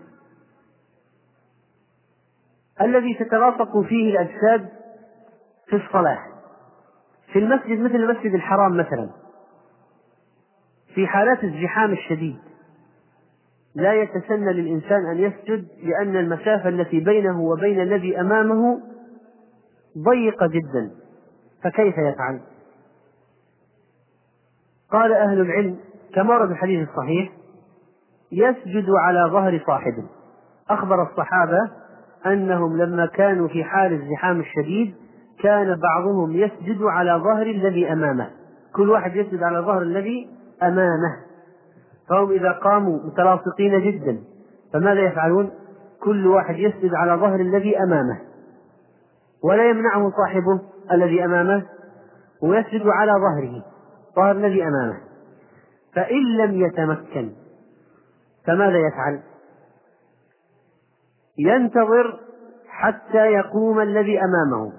الذي تتلاصق فيه الأجساد في الصلاة في المسجد مثل المسجد الحرام مثلا، في حالات الزحام الشديد لا يتسنى للإنسان أن يسجد، لأن المسافة التي بينه وبين الذي أمامه ضيقة جدا، فكيف يفعل؟ قال أهل العلم كما ورد الحديث الصحيح: يسجد على ظهر صاحبه. أخبر الصحابة أنهم لما كانوا في حال الزحام الشديد كان بعضهم يسجد على ظهر الذي أمامه، كل واحد يسجد على ظهر الذي أمامه، فهم إذا قاموا متلاصقين جدا فماذا يفعلون؟ كل واحد يسجد على ظهر الذي أمامه ولا يمنعه صاحبه الذي أمامه، ويسجد على ظهره ظهر الذي أمامه. فإن لم يتمكن فماذا يفعل؟ ينتظر حتى يقوم الذي أمامه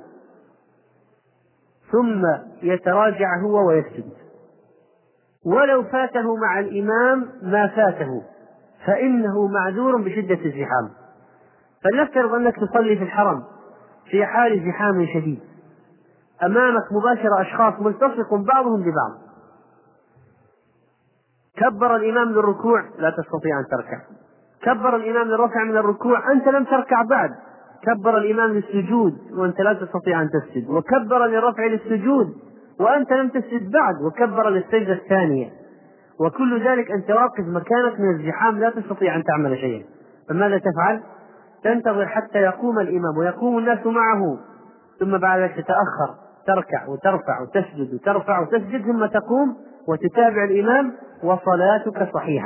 ثم يتراجع هو ويسجد، ولو فاته مع الإمام ما فاته فإنه معذور بشدة الزحام. فلنفترض أنك تصلي في الحرم في حال زحام شديد، أمامك مباشرة أشخاص ملتصق بعضهم ببعض، كبر الإمام للركوع لا تستطيع أن تركع، كبر الإمام للرفع من الركوع أنت لم تركع بعد، كبر الإمام للسجود وأنت لا تستطيع أن تسجد، وكبر للرفع للسجود وأنت لم تسجد بعد، وكبر للسجدة الثانية، وكل ذلك أنت واقف مكانك من الزحام لا تستطيع أن تعمل شيئا. فماذا تفعل؟ تنتظر حتى يقوم الإمام ويقوم الناس معه، ثم بعد ذلك تتأخر، تركع وترفع وتسجد وترفع وتسجد، ثم تقوم وتتابع الإمام وصلاتك صحيحة.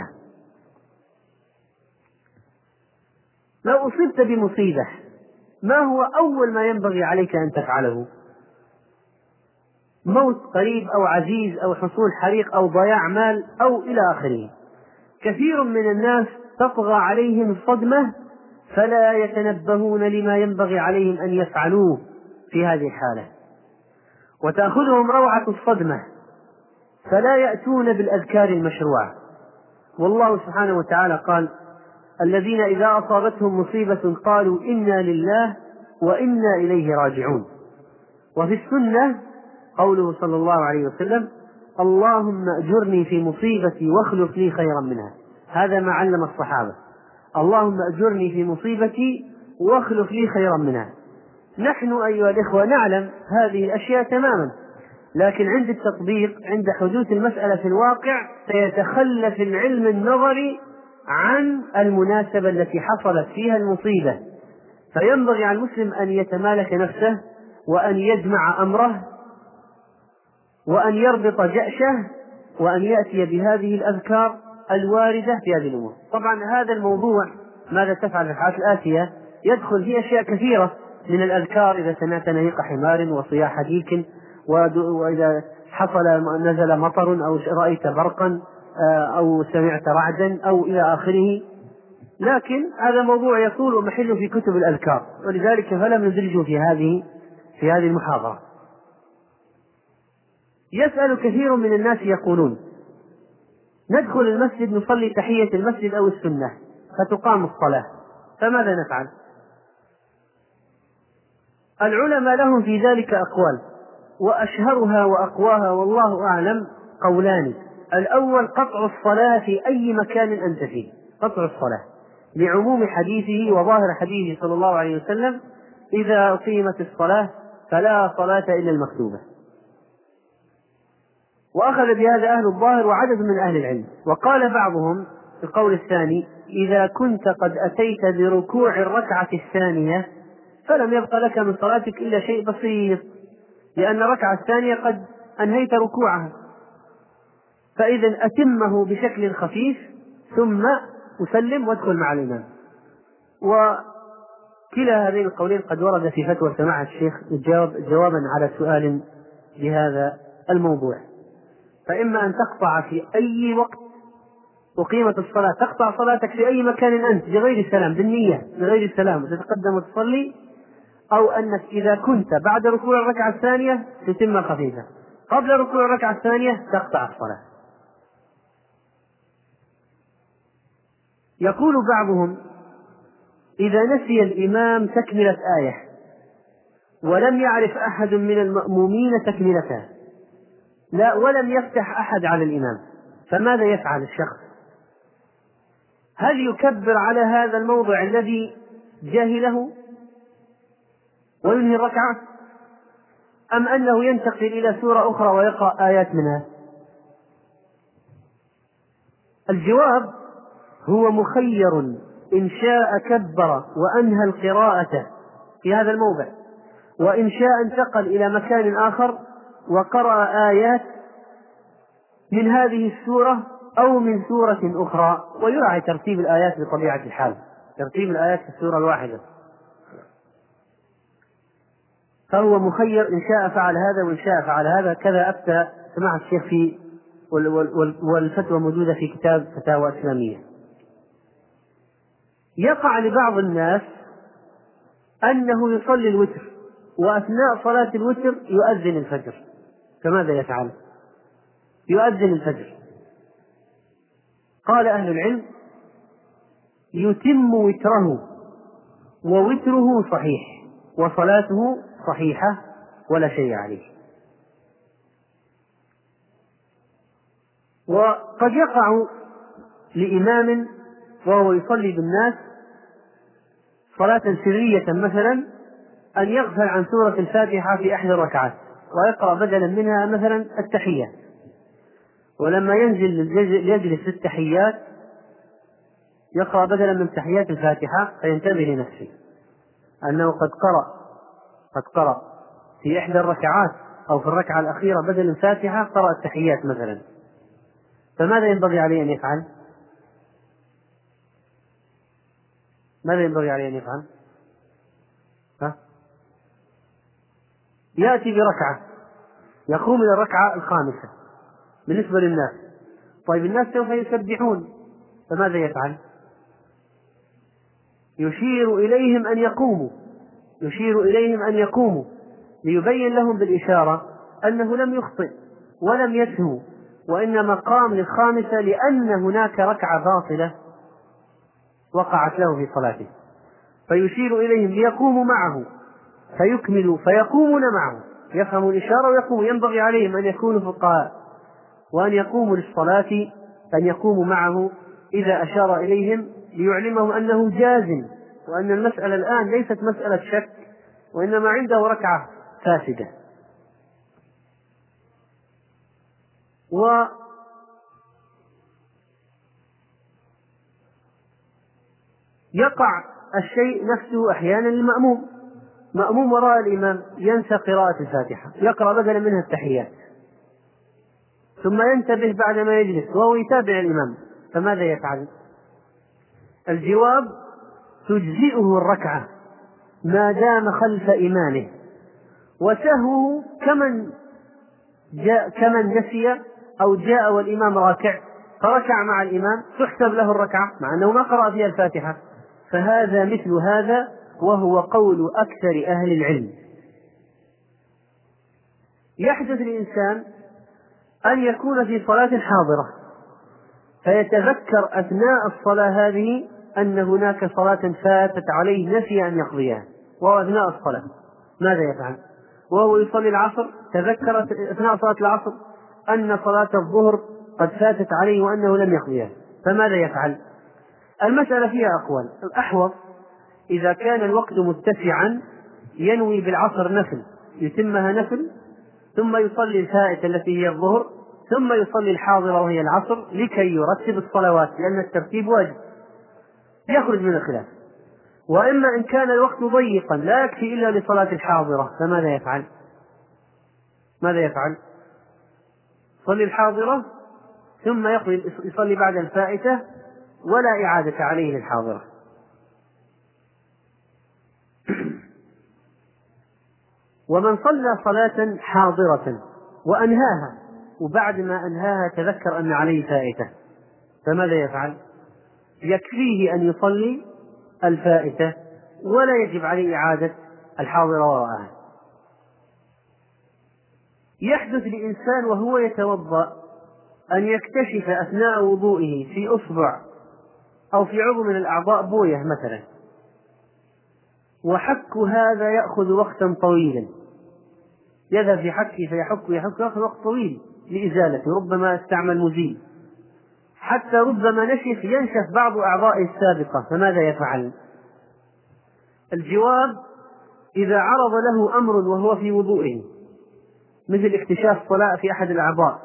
لو أصبت بمصيبة ما هو أول ما ينبغي عليك أن تفعله؟ موت قريب أو عزيز أو حصول حريق أو ضياع مال أو إلى آخره. كثير من الناس تطغى عليهم الصدمة فلا يتنبهون لما ينبغي عليهم أن يفعلوه في هذه الحالة، وتأخذهم روعة الصدمة فلا يأتون بالأذكار المشروعة. والله سبحانه وتعالى قال: الذين إذا أصابتهم مصيبة قالوا إنا لله وإنا إليه راجعون. وفي السنة قوله صلى الله عليه وسلم: اللهم أجرني في مصيبتي واخلف لي خيرا منها. هذا ما علم الصحابة: اللهم أجرني في مصيبتي واخلف لي خيرا منها. نحن أيها الإخوة نعلم هذه الأشياء تماما، لكن عند التطبيق عند حدوث المسألة في الواقع سيتخلف العلم النظري عن المناسبة التي حصلت فيها المصيبة، فينبغي على المسلم أن يتمالك نفسه وأن يجمع أمره وأن يربط جأشه وأن يأتي بهذه الأذكار الواردة في هذه الأمور. طبعا هذا الموضوع ماذا تفعل في الحالات الآتية يدخل فيه أشياء كثيرة من الأذكار: إذا سمعت نهيق حمار وصياح ديك، وإذا نزل مطر أو رأيت برقا أو سمعت رعدا أو إلى آخره. لكن هذا موضوع يطول ومحله في كتب الأذكار، ولذلك فلم ندرجه في هذه المحاضرة. يسأل كثير من الناس يقولون: ندخل المسجد نصلي تحية المسجد أو السنة فتقام الصلاة، فماذا نفعل؟ العلماء لهم في ذلك أقوال، وأشهرها وأقواها والله أعلم قولان: الأول قطع الصلاة في أي مكان أنت فيه، قطع الصلاة لعموم حديثه وظاهر حديثه صلى الله عليه وسلم: إذا أقيمت الصلاة فلا صلاة إلا المكتوبة. وأخذ بهذا أهل الظاهر وعدد من أهل العلم. وقال بعضهم في القول الثاني: إذا كنت قد أتيت بركوع الركعة الثانية فلم يبق لك من صلاتك إلا شيء بسيط، لأن الركعة الثانية قد أنهيت ركوعها، فإذا أتمه بشكل خفيف ثم أسلم وادخل مع الإمام. وكلا هذين القولين قد ورد في فتوى سماحة الشيخ جوابا على سؤال بهذا الموضوع. فإما أن تقطع في أي وقت أقيمت الصلاة تقطع صلاتك في أي مكان أنت بغير سلام، بالنية بغير سلام وتتقدم وتصلي، أو أنك إذا كنت بعد ركوع الركعة الثانية تتم خفيفة، قبل ركوع الركعة الثانية تقطع الصلاة. يقول بعضهم: إذا نسي الإمام تكملة آية ولم يعرف أحد من المأمومين تكملتها، لا ولم يفتح أحد على الإمام، فماذا يفعل الشخص؟ هل يكبر على هذا الموضع الذي جاهله وينهي الركعة، أم أنه ينتقل إلى سورة أخرى ويقرأ آيات منها؟ الجواب: هو مخير إن شاء كبر وأنهى القراءة في هذا الموضع، وإن شاء انتقل إلى مكان آخر وقرأ آيات من هذه السورة أو من سورة أخرى، ويراعي ترتيب الآيات بطبيعة الحال، ترتيب الآيات في السورة الواحدة، فهو مخير إن شاء فعل هذا وإن شاء فعل هذا. كذا أفتى سماحة الشيخ في والفتوى موجودة في كتاب فتاوى إسلامية. يقع لبعض الناس أنه يصلي الوتر وأثناء صلاة الوتر يؤذن الفجر، فماذا يفعل؟ يؤذن الفجر. قال أهل العلم: يتم وتره، ووتره صحيح وصلاته صحيحة ولا شيء عليه. وقد يقع لإمام وهو يصلي بالناس صلاة سرية مثلا أن يغفل عن سورة الفاتحة في أحد الركعات ويقرأ بدلا منها مثلا التحيات، ولما ينزل يجلس التحيات يقرأ بدلا من تحيات الفاتحة، فينتبه لنفسه أنه قد قرأ في إحدى الركعات أو في الركعة الأخيرة بدل الفاتحة قرأ التحيات مثلا، فماذا ينبغي عليه أن يفعل؟ ماذا ينبغي عليه أن يفعل؟ يأتي بركعة، يقوم إلى الركعة الخامسة بالنسبة للناس. طيب الناس سوف يسبحون، فماذا يفعل؟ يشير إليهم أن يقوموا ليبين لهم بالإشارة أنه لم يخطئ ولم يسهو، وإنما قام للخامسة لأن هناك ركعة باطلة وقعت له في صلاته، فيشير إليهم ليقوموا معه فيكملوا فيقومون معه، يفهموا الإشارة ويقوموا. ينبغي عليهم أن يكونوا فقهاء وأن يقوموا للصلاة، أن يقوموا معه إذا أشار إليهم ليعلمهم أنه جازم، وأن المسألة الآن ليست مسألة شك، وإنما عنده ركعة فاسدة. ويقع الشيء نفسه أحيانا للمأموم، مأموم وراء الإمام ينسى قراءة الفاتحة، يقرأ بدلا منها التحيات، ثم ينتبه بعدما يجلس وهو يتابع الإمام، فماذا يفعل؟ الجواب: تجزئه الركعة ما دام خلف إمامه، وسهوه كمن نسي أو جاء والإمام راكع فركع مع الإمام تحسب له الركعة مع أنه ما قرأ فيها الفاتحة. فهذا مثل هذا، وهو قول أكثر أهل العلم. يحدث الإنسان أن يكون في صلاة حاضرة فيتذكر أثناء الصلاة هذه أن هناك صلاة فاتت عليه نسي أن يقضيها، وهو أثناء الصلاة. ماذا يفعل؟ وهو يصلي العصر تذكر أثناء صلاة العصر أن صلاة الظهر قد فاتت عليه وأنه لم يقضيها، فماذا يفعل؟ المسألة فيها أقوال. الأحوط إذا كان الوقت متسعا ينوي بالعصر نفل، يتمها نفل، ثم يصلي الفائتة التي هي الظهر، ثم يصلي الحاضرة وهي العصر، لكي يرتب الصلوات، لأن الترتيب واجب، يخرج من الخلاف. وإما إن كان الوقت ضيقا لا يكفي إلا لصلاة الحاضرة، فماذا يفعل؟ يصلي الحاضرة ثم يصلي بعد الفائتة ولا إعادة عليه للحاضرة. ومن صلى صلاة حاضرة وأنهاها وبعد ما أنهاها تذكر أن عليه فائتة، فماذا يفعل؟ يكفيه أن يصلي الفائتة ولا يجب عليه إعادة الحاضر وراءها. يحدث لإنسان وهو يتوضأ أن يكتشف أثناء وضوئه في أصبع أو في عضو من الأعضاء بوية مثلا، وحك هذا يأخذ وقتا طويلا، يذهب في حكه فيحك يأخذ وقت طويل لإزالته، ربما استعمل مزيل، حتى ربما ينشف بعض أعضائه السابقة، فماذا يفعل؟ الجواب: إذا عرض له أمر وهو في وضوئه مثل اكتشاف طلاء في أحد الأعضاء،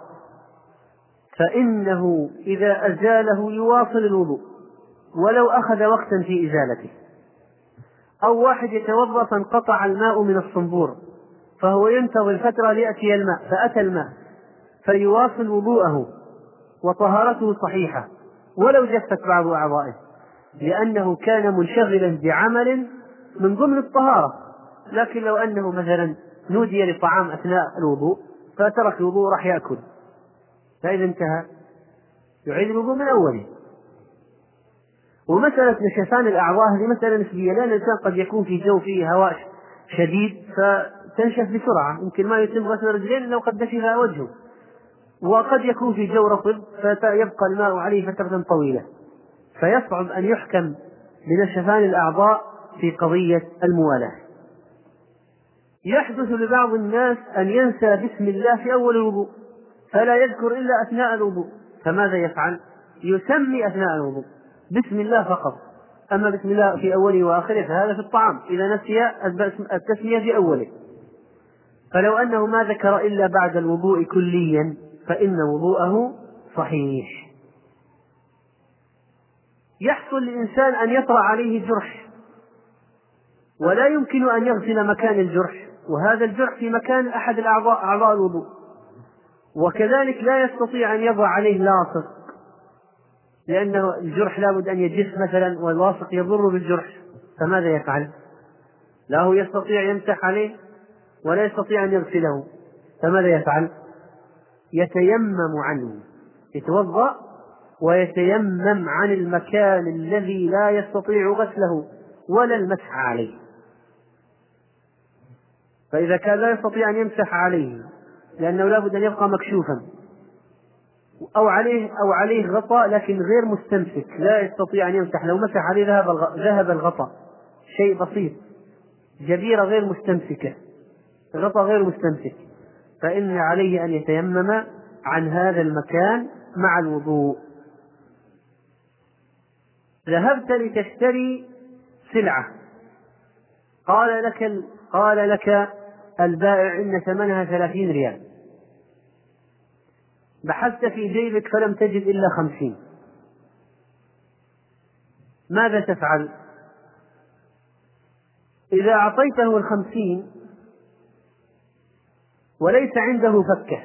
فإنه إذا أزاله يواصل الوضوء ولو أخذ وقتا في إزالته. أو واحد يتوضأ فانقطع الماء من الصنبور فهو ينتظر فترة ليأتي الماء، فأتى الماء فيواصل وضوءه وطهارته صحيحة ولو جفت بعض أعضائه، لأنه كان منشغلا بعمل من ضمن الطهارة. لكن لو أنه مثلا نودي لطعام أثناء الوضوء فترك الوضوء راح يأكل، فإذا انتهى يعيد الوضوء من أوله. ومسألة نشفان الأعضاء هذه مسألة نسبية، لأن الإنسان قد يكون في جو فيه هواء شديد فتنشف بسرعة، يمكن ما يتم غسل رجلين لو قد نشف وجهه، وقد يكون في جو رطب فيبقى الماء عليه فترة طويلة، فيصعب أن يحكم بنشفان الأعضاء في قضية الموالاة. يحدث لبعض الناس أن ينسى بسم الله في أول الوضوء فلا يذكر إلا أثناء الوضوء، فماذا يفعل؟ يسمي أثناء الوضوء بسم الله فقط، أما بسم الله في أوله وآخره فهذا في الطعام إذا نسي التسمية في أوله. فلو أنه ما ذكر إلا بعد الوضوء كليا فإن وضوءه صحيح. يحصل للإنسان أن يطرأ عليه جرح ولا يمكن أن يغسل مكان الجرح، وهذا الجرح في مكان أحد أعضاء الوضوء، وكذلك لا يستطيع أن يضع عليه لاصق، لأنه الجرح لابد أن يجف مثلا واللاصق يضر بالجرح، فماذا يفعل؟ لا هو يستطيع يمسح عليه ولا يستطيع أن يغسله، فماذا يفعل؟ يتيمم عنه، يتوضأ ويتيمم عن المكان الذي لا يستطيع غسله ولا المسح عليه. فإذا كان لا يستطيع أن يمسح عليه لأنه لابد أن يبقى مكشوفا، أو عليه غطاء لكن غير مستمسك لا يستطيع أن يمسح، لو مسح عليه ذهب الغطاء، شيء بسيط، جبيرة غير مستمسكة، غطاء غير مستمسك، فإن عليه أن يتيمم عن هذا المكان مع الوضوء. ذهبت لتشتري سلعة، قال لك البائع إن ثمنها 30 ريال، بحثت في جيبك فلم تجد إلا 50، ماذا تفعل؟ إذا أعطيته 50 وليس عنده فكة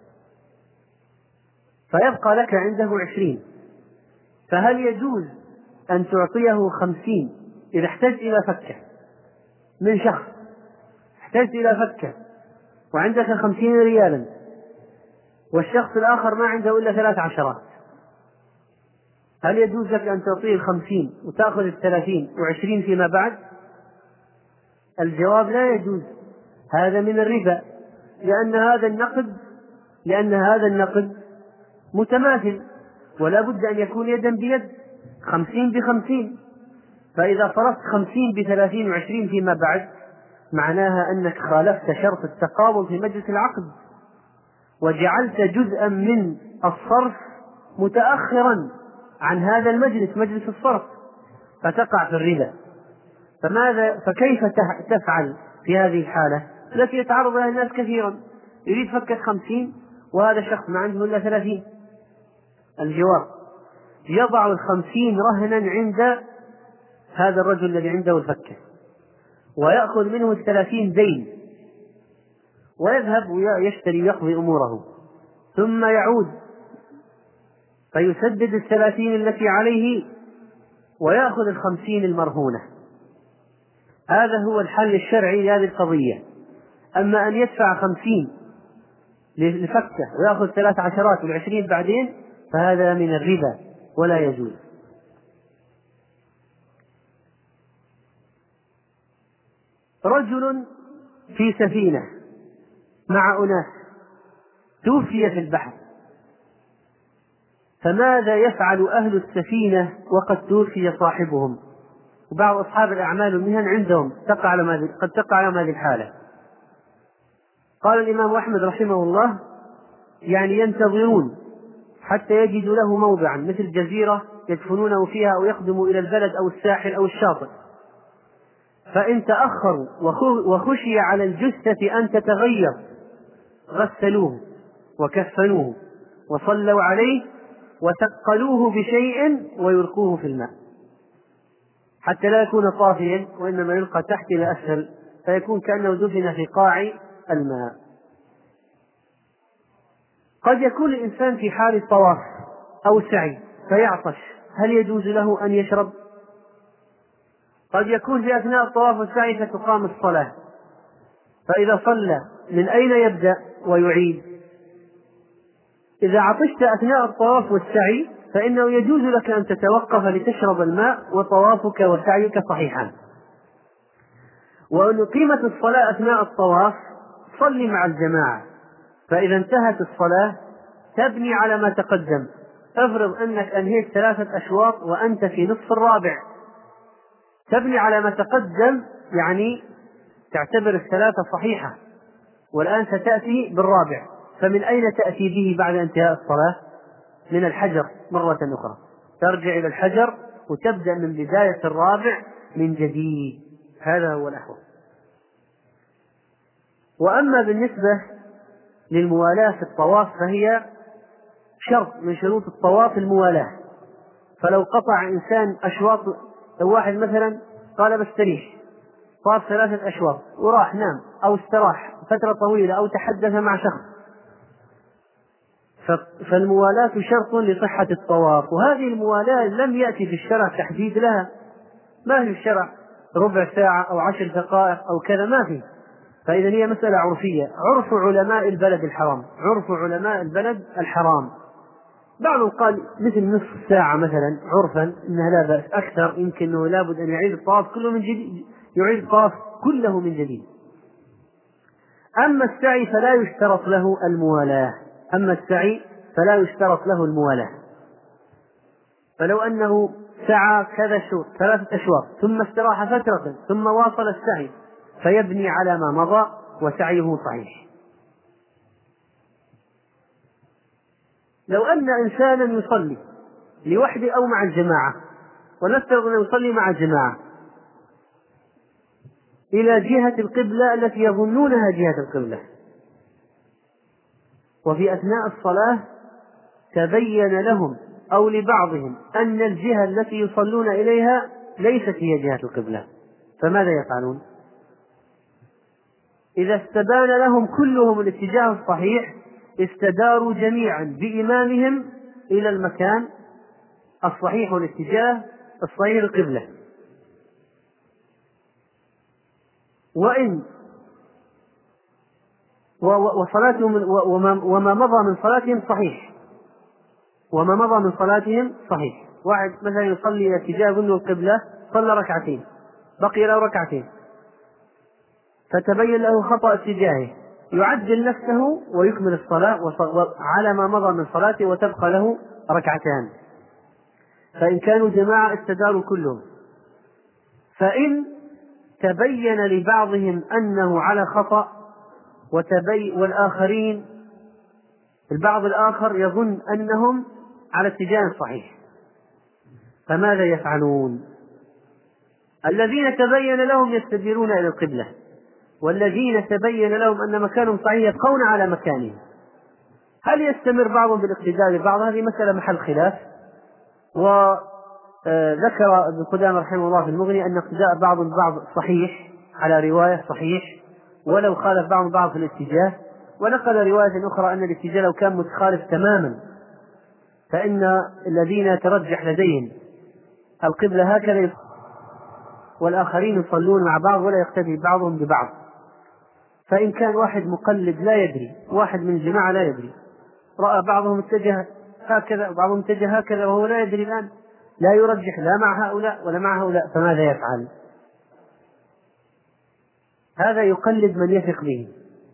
فيبقى لك عنده 20، فهل يجوز أن تعطيه 50 إذا احتاج إلى فكة من شخص، احتاج إلى فكة وعندك 50 ريالا والشخص الآخر ما عنده إلا 13، هل يجوز لك أن تعطيه 50 وتأخذ 30 و20 فيما بعد؟ الجواب: لا يجوز، هذا من الربا، لأن هذا النقد متماثل ولا بد أن يكون يدا بيد، 50 ب50، فإذا فرضت 50 ب30 و20 فيما بعد معناها أنك خالفت شرط التقابل في مجلس العقد وجعلت جزءا من الصرف متأخرا عن هذا المجلس، مجلس الصرف، فتقع في الربا. فكيف تفعل في هذه الحالة التي يتعرض لها الناس كثيرا؟ يريد فكة 50 وهذا الشخص ما عنده إلا 30. الجواب: يضع 50 رهنا عند هذا الرجل الذي عنده الفكة ويأخذ منه 30 دين ويذهب ويشتري ويقضي أموره، ثم يعود فيسدد 30 التي عليه ويأخذ 50 المرهونة. هذا هو الحل الشرعي لهذه القضية. أما أن يدفع 50 للفكة ويأخذ 13 و20 بعدين فهذا من الربا، ولا يجوز. رجل في سفينة مع أناس توفي في البحر، فماذا يفعل أهل السفينة وقد توفي صاحبهم؟ وبعض أصحاب الأعمال والمهن عندهم قد تقع لهم هذه الحالة. قال الإمام أحمد رحمه الله: يعني ينتظرون حتى يجدوا له موضعا مثل جزيرة يدفنونه فيها أو يقدموا إلى البلد أو الساحل أو الشاطئ، فإن تأخروا وخشي على الجثة أن تتغير غسلوه وكفنوه وصلوا عليه وثقلوه بشيء ويلقوه في الماء حتى لا يكون طافيا، وإنما يلقى تحت إلى أسفل فيكون كأنه دفن في قاع الماء. قد يكون الإنسان في حال الطواف أو سعي فيعطش، هل يجوز له أن يشرب؟ قد يكون في أثناء الطواف والسعي فتقام الصلاة، فإذا صلى من أين يبدأ ويعيد؟ إذا عطشت أثناء الطواف والسعي فإنه يجوز لك أن تتوقف لتشرب الماء وطوافك وسعيك صحيحا. وأن قيمة الصلاة أثناء الطواف صل مع الجماعة، فإذا انتهت الصلاة تبني على ما تقدم. افرض أنك أنهيت 3 أشواط وأنت في نصف الرابع، تبني على ما تقدم، يعني تعتبر 3 صحيحة، والآن ستأتي بالرابع، فمن أين تأتي به بعد انتهاء الصلاة؟ من الحجر مرة أخرى، ترجع إلى الحجر وتبدأ من بداية الرابع من جديد. هذا هو الأحوال. وأما بالنسبة للموالاة في الطواف فهي شرط من شروط الطواف الموالاة، فلو قطع إنسان أشواط، لو واحد مثلا قال بستريح طاف 3 أشواط وراح نام أو استراح فترة طويلة أو تحدث مع شخص، فالموالاة شرط لصحة الطواف. وهذه الموالاة لم يأتي في الشرع تحديد لها، ما في الشرع ربع ساعة أو 10 دقائق أو كذا، ما في. فإذا هي مسألة عرفية، عرف علماء البلد الحرام، عرف علماء البلد الحرام. بعضهم قال مثل نصف ساعة مثلا عرفا إنها لا بأس، أكثر يمكن أنه لابد أن يعيد الطواف كله من جديد، يعيد الطواف كله من جديد. أما السعي فلا يشترط له الموالاة، أما السعي فلا يشترط له الموالاة. فلو أنه سعى كذا شوط 3 أشواط ثم استراح فترة ثم واصل السعي فيبني على ما مضى وسعيه صحيح. لو أن إنسانا يصلي لوحده أو مع الجماعة، ونفترض أنه يصلي مع الجماعة إلى جهة القبلة التي يظنونها جهة القبلة، وفي أثناء الصلاة تبين لهم أو لبعضهم أن الجهة التي يصلون إليها ليست هي جهة القبلة، فماذا يفعلون؟ إذا استبان لهم كلهم الاتجاه الصحيح استداروا جميعا بإمامهم إلى المكان الصحيح والاتجاه الصحيح القبلة. وصلاتهم وما مضى من صلاتهم صحيح، وما مضى من صلاتهم صحيح. واحد مثلا يصلي إلى اتجاه ظنه القبلة، صلى ركعتين بقي له ركعتين فتبين له خطأ اتجاهه، يعدل نفسه ويكمل الصلاة على ما مضى من صلاته وتبقى له ركعتان. فإن كانوا جماعة استداروا كلهم. فإن تبين لبعضهم أنه على خطأ والآخرين البعض الآخر يظن أنهم على اتجاه صحيح، فماذا يفعلون؟ الذين تبين لهم يستديرون إلى القبلة، والذين تبين لهم أن مكانهم صحيح يبقون على مكانهم. هل يستمر بعضهم بالاقتداء ببعض؟ هذه مسألة محل خلاف. وذكر ابن قدامة رحمه الله في المغني أن اقتداء بعض البعض صحيح على رواية صحيح ولو خالف بعض البعض في الاتجاه، ونقل رواية أخرى أن الاتجاه لو كان متخالف تماما فإن الذين ترجح لديهم القبلة هكذا والآخرين يصلون مع بعض ولا يقتدي بعضهم ببعض. فإن كان واحد مقلد لا يدري، واحد من الجماعة لا يدري، رأى بعضهم اتجه هكذا وبعضهم اتجه هكذا وهو لا يدري الآن، لا يرجح لا مع هؤلاء ولا مع هؤلاء، فماذا يفعل؟ هذا يقلد من يثق به،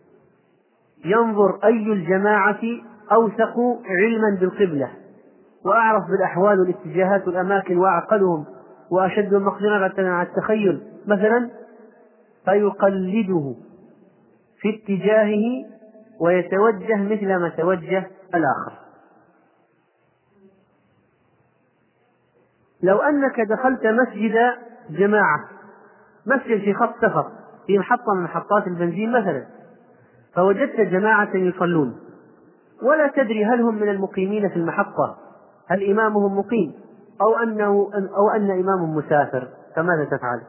ينظر أي الجماعة أوثق علما بالقبلة وأعرف بالأحوال والاتجاهات والأماكن وأعقلهم وأشدهم مقدرة على التخيل مثلا، فيقلده في اتجاهه ويتوجه مثل ما توجه الآخر. لو أنك دخلت مسجد جماعة، مسجد في خط سفر في محطة من محطات البنزين مثلا، فوجدت جماعة يصلون ولا تدري هل هم من المقيمين في المحطة، هل إمامهم مقيم أو أن إمامهم مسافر، فماذا تفعل؟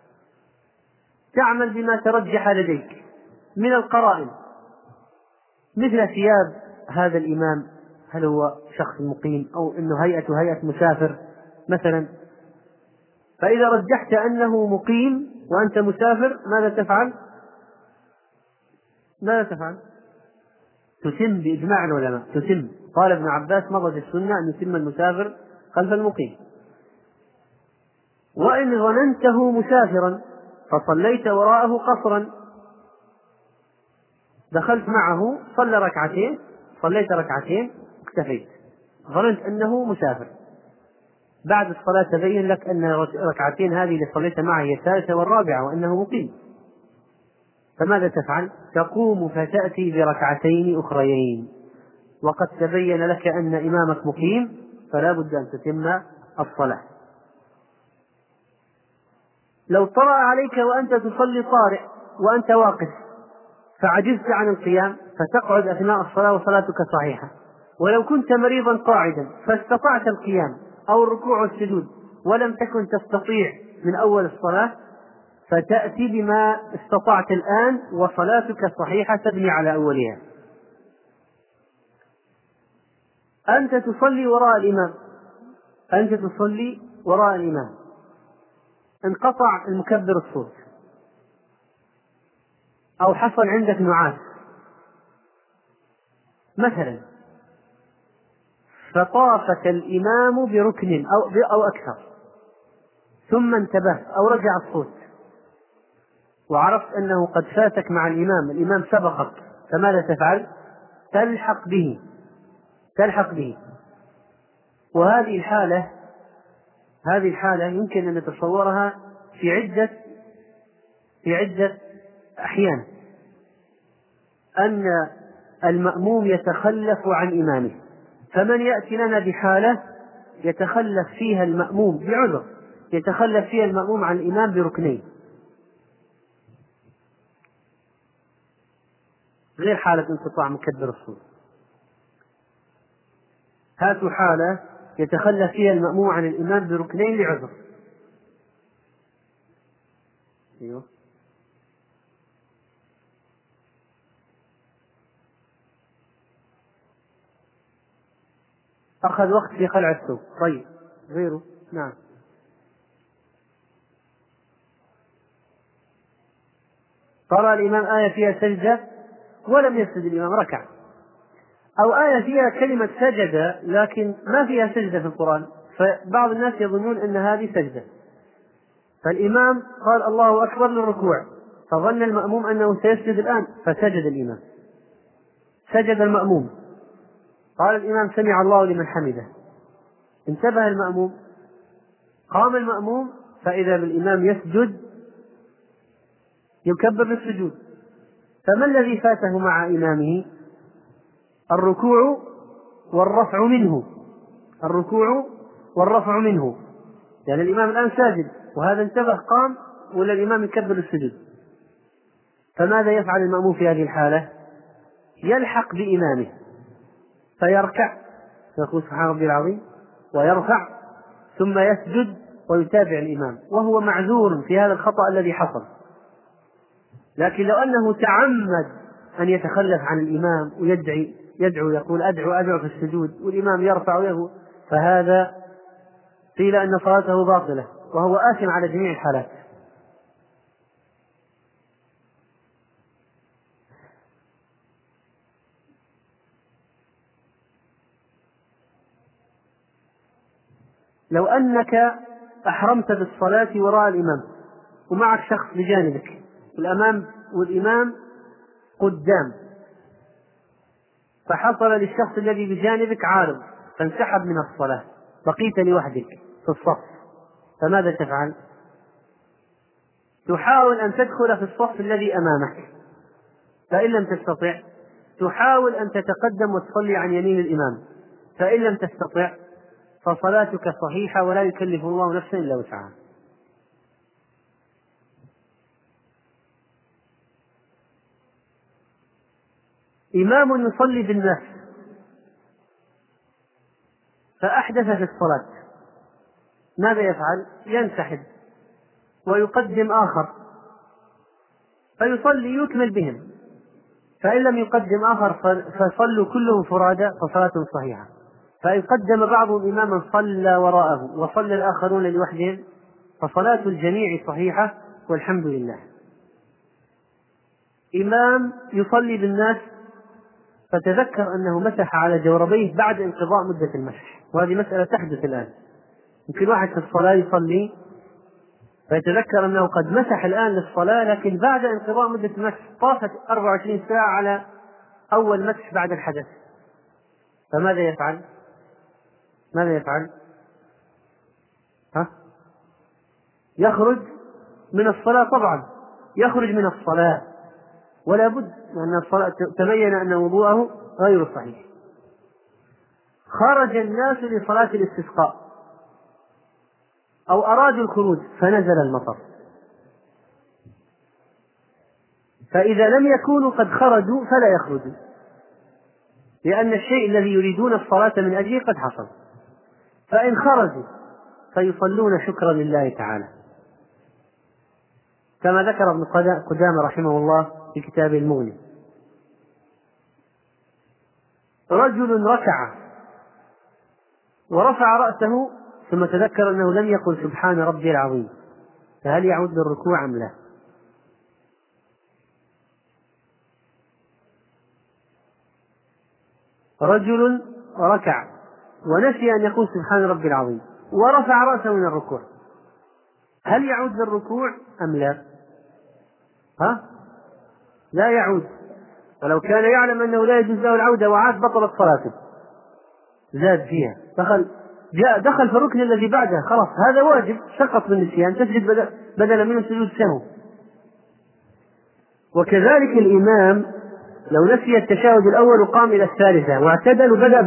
تعمل بما ترجح لديك من القرائن، مثل ثياب هذا الإمام، هل هو شخص مقيم أو أنه هيئة مسافر مثلا. فإذا رجحت أنه مقيم وأنت مسافر، ماذا تفعل؟ تتم بإجماع العلماء، تتم. قال ابن عباس: مضت السنة أن يتم المسافر خلف المقيم. وإن ظننته مسافرا فصليت وراءه قصرا، دخلت معه صليت ركعتين اكتفيت، ظننت أنه مسافر، بعد الصلاة تبين لك أن ركعتين هذه اللي صليت معه هي الثالثة والرابعة وأنه مقيم، فماذا تفعل؟ تقوم فتأتي بركعتين أخريين وقد تبين لك أن إمامك مقيم، فلا بد أن تتم الصلاة. لو طرأ عليك وأنت تصلي طارئ وأنت واقف فعجزت عن القيام، فتقعد أثناء الصلاة وصلاتك صحيحة. ولو كنت مريضا قاعدا فاستطعت القيام أو الركوع والسجود ولم تكن تستطيع من أول الصلاة، فتأتي بما استطعت الآن وصلاتك صحيحة تبني على أولها. أنت تصلي وراء الإمام، انقطع المكبر الصوت أو حصل عندك نعاس مثلا، فطافك الإمام بركن أو أكثر، ثم انتبهت أو رجع الصوت وعرفت أنه قد فاتك مع الإمام سبقك، فماذا تفعل؟ تلحق به. وهذه الحالة يمكن أن نتصورها في عدة أحيان، أن المأموم يتخلف عن إمامه، فمن يأتي لنا بحالة يتخلف فيها المأموم بعذر، يتخلف فيها المأموم عن الإمام بركنين، غير حالة انقطاع مكبر الصوت. هاتوا حالة يتخلف فيها المأموم عن الإمام بركنين لعذر. أيوه. أخذ وقت في خلع الثوب، طيب غيره. نعم. قرأ الإمام آية فيها سجدة ولم يسجد الإمام، ركع. أو آية فيها كلمة سجد لكن ما فيها سجدة في القرآن، فبعض الناس يظنون أن هذه سجدة، فالإمام قال الله أكبر للركوع، فظن المأموم أنه سيسجد الآن فسجد الإمام، سجد المأموم، قال الإمام سمع الله لمن حمده، انتبه المأموم، قام المأموم فإذا بالإمام يسجد يكبر للسجود، فما الذي فاته مع إمامه؟ الركوع والرفع منه، يعني الإمام الآن ساجد وهذا انتبه قام ولا الإمام يكبر السجود، فماذا يفعل المأموم في هذه الحالة؟ يلحق بإمامه فيركع، يقول سبحان ربي العظيم ويرفع ثم يسجد ويتابع الإمام، وهو معذور في هذا الخطأ الذي حصل. لكن لو أنه تعمد أن يتخلف عن الإمام يدعو يقول أدعو في السجود والإمام يرفع ويهو، فهذا قيل أن صلاته باطلة وهو آثم على جميع الحالات. لو أنك أحرمت بالصلاة وراء الإمام ومعك شخص بجانبك والإمام قدام، فحصل للشخص الذي بجانبك عارض فانسحب من الصلاة، بقيت لوحدك في الصف، فماذا تفعل؟ تحاول أن تدخل في الصف الذي أمامك، فإن لم تستطع تحاول أن تتقدم وتصلي عن يمين الإمام، فإن لم تستطع فصلاتك صحيحة ولا يكلف الله نفسا إلا وسعها. إمام يصلي بالناس فأحدث في الصلاة، ماذا يفعل؟ ينسحب ويقدم آخر فيصلي يكمل بهم، فإن لم يقدم آخر فصلوا كلهم فرادى فصلاتهم صحيحة. فإن قدم بعضهم إماما صلى وراءه وصلى الآخرون لوحدهم فصلاة الجميع صحيحة والحمد لله. إمام يصلي بالناس فتذكر أنه مسح على جوربيه بعد انقضاء مدة المسح، وهذه مسألة تحدث الآن. يمكن واحد في الصلاة يصلي فيتذكر أنه قد مسح الآن للصلاة، لكن بعد انقضاء مدة المسح طافت 24 ساعة على أول مسح بعد الحدث، فماذا يفعل؟ ماذا يفعل؟ يخرج من الصلاة، طبعا يخرج من الصلاة ولا بد، لأن الصلاة تبين أن وضوءه غير صحيح. خرج الناس لصلاة الاستسقاء أو أرادوا الخروج فنزل المطر، فإذا لم يكونوا قد خرجوا فلا يخرجوا، لأن الشيء الذي يريدون الصلاة من أجله قد حصل. فإن خرجوا فيصلون شكرا لله تعالى، كما ذكر ابن قدامة رحمه الله في كتابه المغني. رجل ركع ورفع رأسه ثم تذكر أنه لم يقل سبحان ربي العظيم، فهل يعود للركوع أم لا؟ رجل ركع ونسي أن يقول سبحان ربي العظيم ورفع رأسه من الركوع، هل يعود للركوع أم لا؟ لا يعود، ولو كان يعلم أنه لا يجوز له العودة وعاد بطلت صلاته، زاد فيها، دخل في الركن الذي بعده، خلاص هذا واجب سقط بالنسيان، تسجد بدلا من سجود سهو. وكذلك الإمام لو نسي التشهد الأول وقام إلى الثالثة واعتدل وبدأ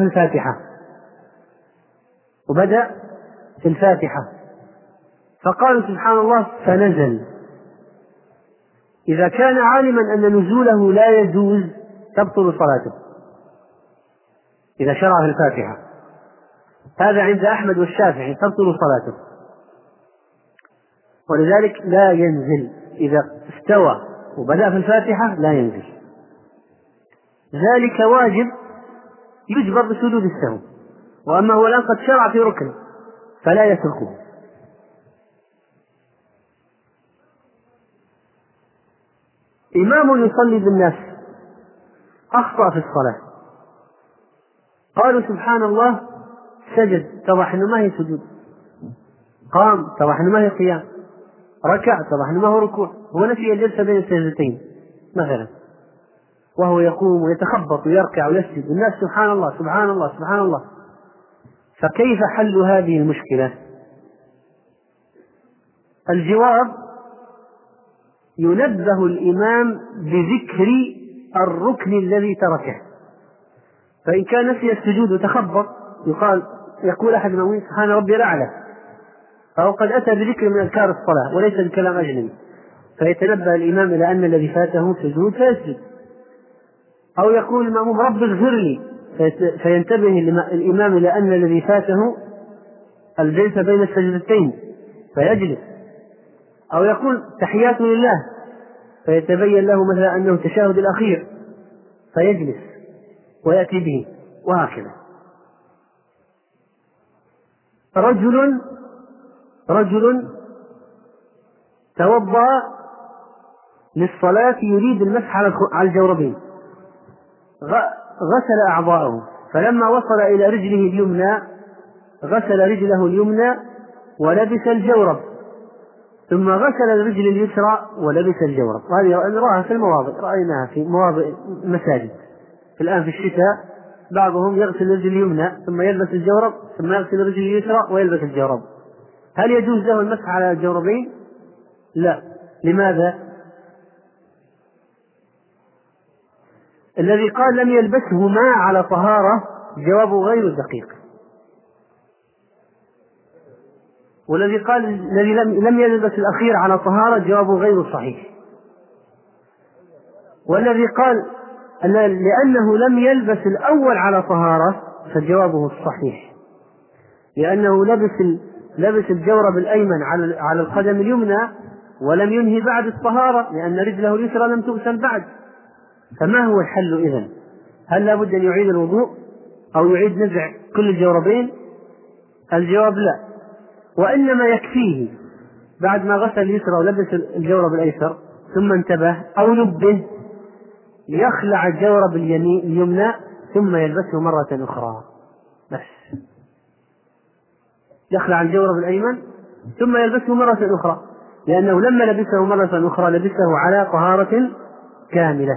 في الفاتحة فقالوا سبحان الله فنزل، إذا كان عالما أن نزوله لا يجوز تبطل صلاته إذا شرع في الفاتحة، هذا عند أحمد والشافعي تبطل صلاته، ولذلك لا ينزل، إذا استوى وبدأ في الفاتحة لا ينزل، ذلك واجب يجبر بسجود السهو. وأما هو الآن قد شرع في ركن فلا يتركه. إمام يصلي بالناس أخطأ في الصلاة، قالوا سبحان الله، سجد اتضح أنه ما هي سجود، قام اتضح أنه ما هي قيام، ركع اتضح أنه ما هو ركوع، هو نسي الجلسة بين السجدتين مثلا، وهو يقوم ويتخبط ويركع ويسجد، الناس سبحان الله سبحان الله سبحان الله، فكيف حل هذه المشكلة؟ الجواب: ينبه الإمام بذكر الركن الذي تركه، فإن كان نسي السجود وتخبط يقول أحد المؤمنين سبحان ربي الأعلى، فهو قد أتى بذكر من أذكار الصلاة وليس بكلام أجنبي، فيتنبه الإمام إلى أن الذي فاته سجود فيسجد، أو يقول المأموم رب اغفر لي، فينتبه الإمام إلى أن الذي فاته الجلسة بين السجدتين فيجلس، أو يقول تحيات لله فيتبين له مثلا أنه التشهد الأخير فيجلس ويأتي به، وهكذا. رجل توضأ للصلاة يريد المسح على الجوربين، غسل أعضاءه، فلما وصل إلى رجله اليمنى غسل رجله اليمنى ولبس الجورب، ثم غسل الرجل اليسرى ولبس الجورب. وهذه نراها في المواضع، رأيناها في مواضع مساجد الآن في الشتاء، بعضهم يغسل الرجل اليمنى ثم يلبس الجورب، ثم يغسل الرجل اليسرى ويلبس الجورب. هل يجوز له المسح على الجوربين؟ لا. لماذا؟ الذي قال لم يلبسهما على طهارة جوابه غير دقيق، والذي قال الذي لم يلبس الأخير على طهارة جوابه غير صحيح. والذي قال لأنه لم يلبس الأول على طهارة فجوابه الصحيح، لأنه لبس الجورب الأيمن على القدم اليمنى ولم ينهي بعد الطهارة، لأن رجله اليسرى لم تغسل بعد. فما هو الحل إذن؟ هل لا بد أن يعيد الوضوء أو يعيد نزع كل الجوربين؟ الجواب لا، وإنما يكفيه بعد ما غسل اليسرى ولبس الجورب الأيسر ثم انتبه أو نبه يخلع الجورب اليمنى ثم يلبسه مرة أخرى، بس يخلع الجورب الأيمن ثم يلبسه مرة أخرى، لأنه لما لبسه مرة أخرى لبسه على طهارة كاملة.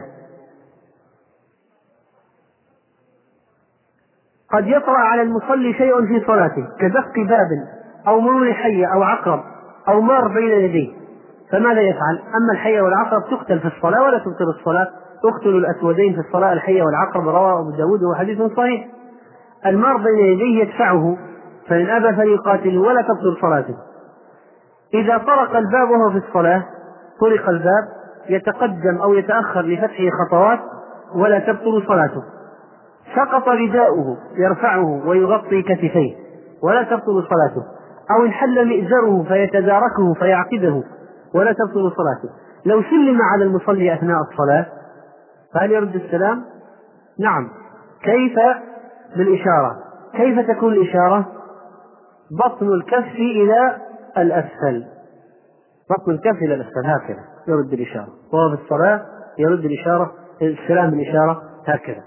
قد يطرأ على المصلي شيء في صلاته كدق باب أو مرور حية أو عقرب أو مار بين يديه، فماذا يفعل؟ أما الحية والعقرب تقتل في الصلاة ولا تبطل الصلاة. اقتلوا الأسودين في الصلاة الحية والعقرب، رواه أبو داود وهو حديث صحيح. المار بين يديه يدفعه، فإن أبى فليقاتله ولا تبطل صلاته. إذا طرق الباب وهو في الصلاة، طرق الباب، يتقدم أو يتأخر لفتحه خطوات ولا تبطل صلاته. سقط رداؤه يرفعه ويغطي كتفيه ولا تبطل صلاته، أو انحل مئزره فيتداركه فيعقده ولا تبطل صلاته. لو سلم على المصلي أثناء الصلاة فهل يرد السلام؟ نعم. كيف؟ بالإشارة. كيف تكون الإشارة؟ بطن الكف إلى الأسفل، بطن الكف إلى الأسفل هكذا يرد الإشارة، وهو في الصلاة يرد الإشارة السلام بالإشارة هكذا.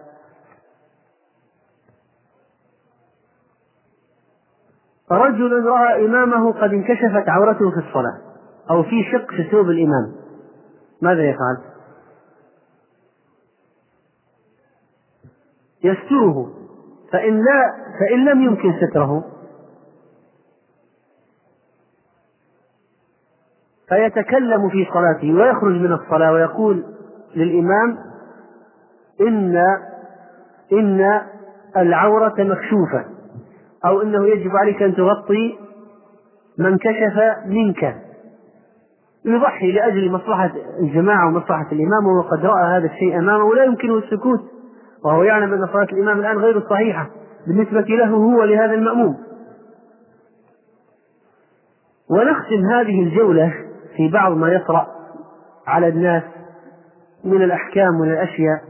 رجل رأى إمامه قد انكشفت عورته في الصلاة أو في شق في ثوب الإمام، ماذا يفعل؟ يستره، فإن لم يمكن ستره فيتكلم في صلاته ويخرج من الصلاة ويقول للإمام إن العورة مكشوفة، أو إنه يجب عليك أن تغطي من كشف منك، يضحي لأجل مصلحة الجماعة ومصلحة الإمام، وقد رأى هذا الشيء أمامه ولا يمكنه السكوت، وهو يعلم أن صلاة الإمام الآن غير صحيحة بالنسبة له هو لهذا المأموم. ونختم هذه الجولة في بعض ما يطرأ على الناس من الأحكام والأشياء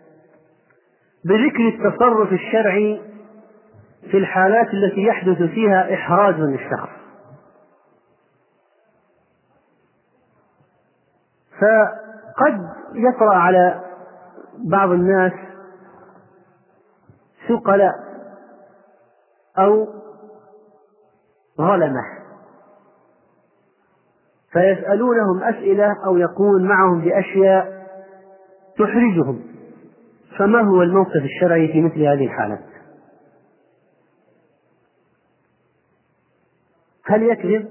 بذكر التصرف الشرعي في الحالات التي يحدث فيها إحراج للشخص. فقد يطرأ على بعض الناس ثقلاء أو ظلمة فيسألونهم أسئلة أو يقول معهم بأشياء تحرجهم، فما هو الموقف الشرعي في مثل هذه الحالات؟ هل يكذب؟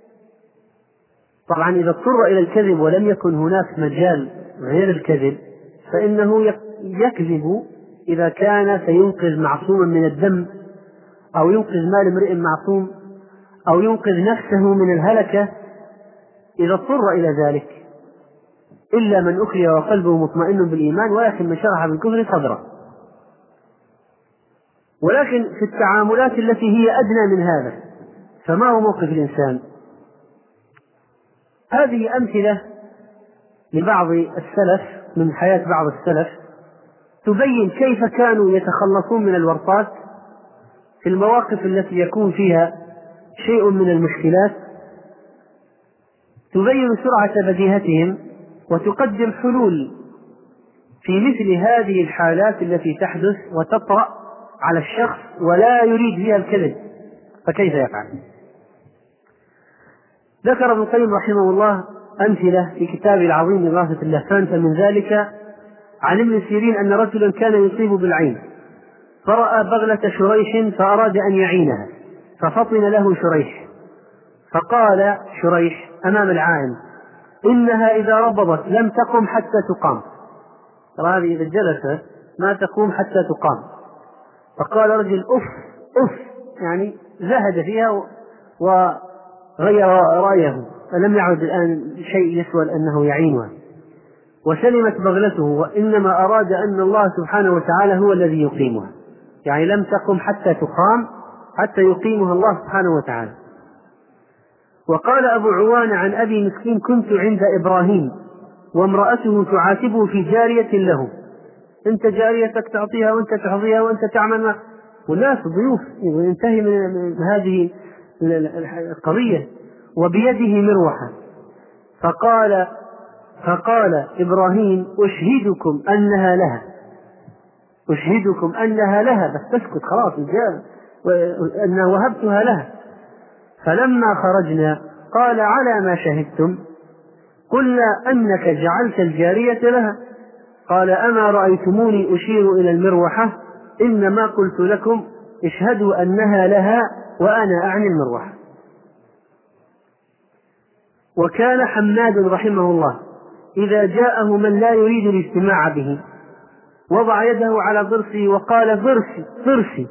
طبعا إذا اضطر إلى الكذب ولم يكن هناك مجال غير الكذب فإنه يكذب إذا كان سينقذ معصوما من الدم أو ينقذ مال امرئ معصوم أو ينقذ نفسه من الهلكة إذا اضطر إلى ذلك، إلا من أكره وقلبه مطمئن بالإيمان ولكن من شرح بالكفر صدره. ولكن في التعاملات التي هي أدنى من هذا فما هو موقف الإنسان؟ هذه أمثلة لبعض السلف من حياة بعض السلف تبين كيف كانوا يتخلصون من الورطات في المواقف التي يكون فيها شيء من المشكلات، تبين سرعة بديهتهم وتقدم حلول في مثل هذه الحالات التي تحدث وتطرأ على الشخص ولا يريد فيها الكذب فكيف يفعل؟ ذكر ابن القيم رحمه الله أمثلة في كتابه العظيم إغاثة اللهفان، فمن ذلك عن ابن سيرين أن رجلا كان يصيب بالعين فرأى بغلة شريح فأراد أن يعينها، ففطن له شريح، فقال شريح أمام العائن: إنها إذا ربضت لم تقم حتى تقام، هذه إذا جلست ما تقوم حتى تقام. فقال رجل: أف أف، يعني زهد فيها وغير رأيه، فلم يعد الآن شيء يسوى أنه يعينها، وسلمت بغلته، وإنما أراد أن الله سبحانه وتعالى هو الذي يقيمها، يعني لم تقم حتى تقام حتى يقيمها الله سبحانه وتعالى. وقال أبو عوان عن أبي مسكين: كنت عند إبراهيم وامرأته تعاتبه في جارية له: أنت جاريتك تعطيها وأنت تحظيها وأنت تعمل، والناس ضيوف، ينتهي من هذه القضية، وبيده مروحة. فقال إبراهيم: أشهدكم أنها لها، أشهدكم أنها لها، بس تسكت خلاص، أن وهبتها لها. فلما خرجنا قال: على ما شهدتم؟ قلنا: أنك جعلت الجارية لها. قال: أما رأيتموني أشير إلى المروحة؟ إنما قلت لكم اشهدوا أنها لها وأنا أعني المروحة. وكان حماد رحمه الله إذا جاءه من لا يريد الاجتماع به وضع يده على ضرسه وقال: ضرسي ضرسي،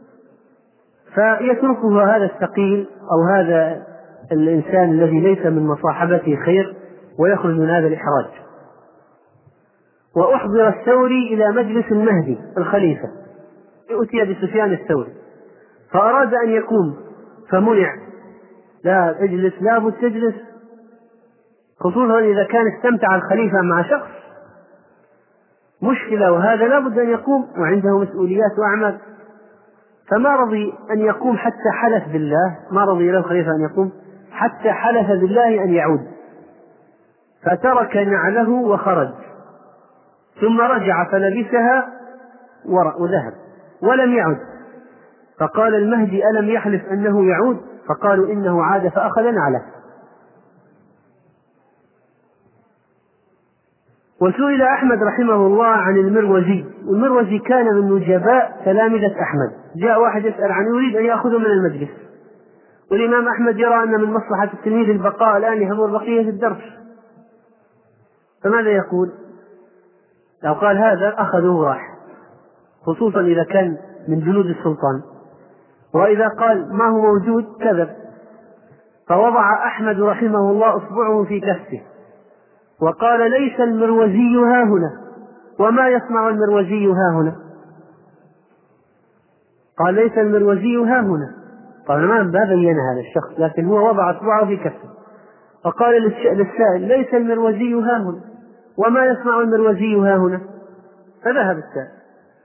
فيتركه هذا الثقيل أو هذا الإنسان الذي ليس من مصاحبته خير ويخرج من هذا الإحراج. وأحضر الثوري إلى مجلس المهدي الخليفة، أتي بسفيان الثوري فأراد أن يقوم فمنع: لا تجلس، لا بد تجلس، خصوصا إذا كان استمتع الخليفة مع شخص مشكلة، وهذا لا بد أن يقوم وعنده مسؤوليات وأعمال. فما رضي أن يقوم حتى حلف بالله، ما رضي له الخليفة أن يقوم حتى حلف بالله أن يعود، فترك نعله وخرج، ثم رجع فلبسها وذهب ولم يعد. فقال المهدي: ألم يحلف أنه يعود؟ فقالوا: إنه عاد فأخذ نعله. وسئل أحمد رحمه الله عن المروزي، والمروزي كان من نجباء تلامذة أحمد. جاء واحد يسأل عنه يريد أن يأخذه من المجلس، والإمام أحمد يرى أن من مصلحة التلميذ البقاء الآن يحضر بقية الدرس، فماذا يقول؟ لو قال هذا أخذه وراح، خصوصا إذا كان من جنود السلطان، وإذا قال ما هو موجود كذب. فوضع أحمد رحمه الله إصبعه في كفه وقال: ليس المروزي ها هنا، وما يصنع المروزي ها هنا؟ قال: ليس المروزي ها هنا. طبعا ما بين هذا الشخص، لكن هو وضع إصبعه في كفه وقال للسائل: ليس المروزي ها هنا، وما يصنع المروزي ها هنا؟ فذهب السائل.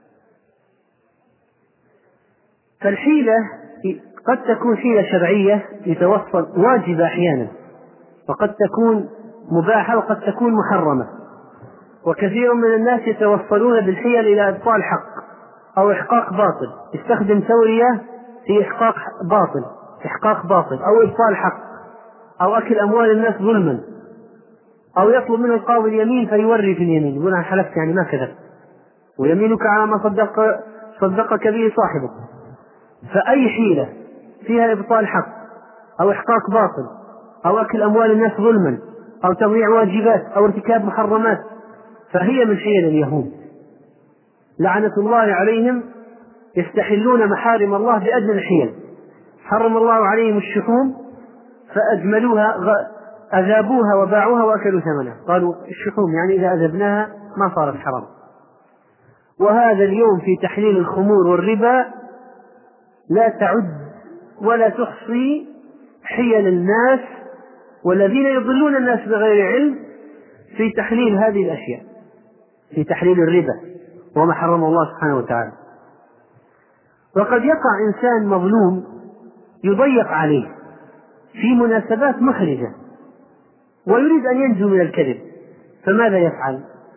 فالحيلة قد تكون حيلة شرعية لتوصل، واجبة أحيانا، وقد تكون مباحة، وقد تكون محرمة. وكثير من الناس يتوصلون بالحيل إلى إبطال حق أو إحقاق باطل، يستخدم تورية في إحقاق باطل أو إبطال حق أو أكل أموال الناس ظلما، أو يطلب من القاضي اليمين فيوري في اليمين، يقول: أنا حلفت يعني ما كذب، ويمينك على ما صدقك به صاحبك. فأي حيلة فيها إبطال حق أو إحقاق باطل أو أكل أموال الناس ظلما أو تضييع واجبات أو ارتكاب محرمات فهي من حيل اليهود لعنة الله عليهم، يستحلون محارم الله بأدنى الحيل. حرم الله عليهم الشحوم فأجملوها، أذابوها وباعوها وأكلوا ثمنها، قالوا الشحوم يعني إذا أذبناها ما صارت حرام. وهذا اليوم في تحليل الخمور والربا لا تعد ولا تحصي حيل الناس والذين يضلون الناس بغير علم في تحليل هذه الأشياء، في تحليل الربا وما حرم الله سبحانه وتعالى. وقد يقع إنسان مظلوم يضيق عليه في مناسبات محرجة ويريد أن ينجو من الكذب، فماذا يفعل؟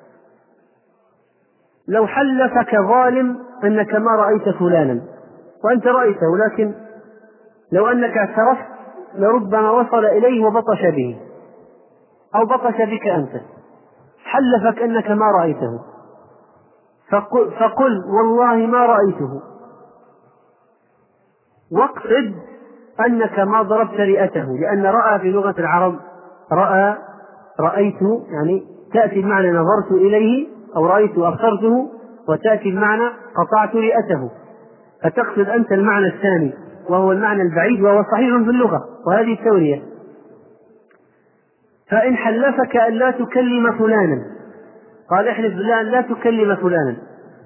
لو حلفك ظالم أنك ما رأيت فلانا وأنت رأيته، لكن لو أنك اعترفت لربما وصل إليه وبطش به أو بطش بك أنت، حلفك أنك ما رأيته، فقل والله ما رأيته، واقصد أنك ما ضربت رئته، لأن رأى في لغة العرب رأيت يعني تأتي بمعنى نظرت إليه أو رأيت أبصرته، وتأتي بمعنى قطعت رئته، فتقصد أنت المعنى الثاني وهو المعنى البعيد، وهو صحيح في اللغة، وهذه التورية. فإن حلفك أن لا تكلم فلانا، قال احلف بالله أن لا تكلم فلانا،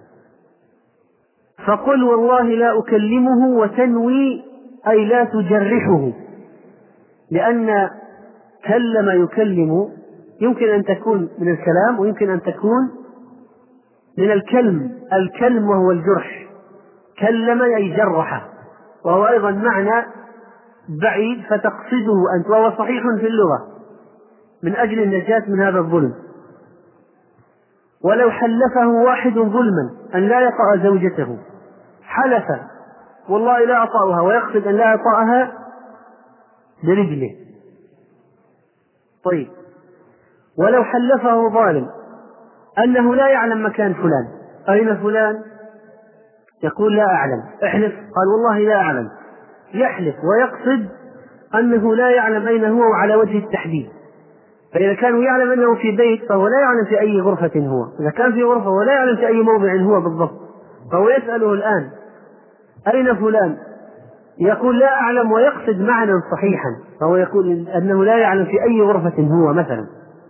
فقل والله لا أكلمه، وتنوي أي لا تجرحه، لأن كلم يكلم يمكن أن تكون من الكلام ويمكن أن تكون من الكلم وهو الجرح، كلم أي جرح، وهو أيضا معنى بعيد فتقصده أنت، وهو صحيح في اللغة من أجل النجاة من هذا الظلم. ولو حلفه واحد ظلما أن لا يطأ زوجته، حلف والله لا أطأها، ويقصد أن لا يطأها برجله. طيب، ولو حلفه ظالم أنه لا يعلم مكان فلان، أين فلان؟ يقول لا أعلم، احلف، قال والله لا أعلم، يحلف ويقصد أنه لا يعلم أين هو على وجه التحديد. فإذا كان يعلم أنه في بيت فهو لا يعلم في أي غرفة هو، إذا كان في غرفة ولا يعلم في أي موضع هو بالضبط، فهو يسأله الآن أين فلان؟ يقول لا أعلم، ويقصد معنى صحيحا، فهو يقول أنه لا يعلم في أي غرفة هو مثلا.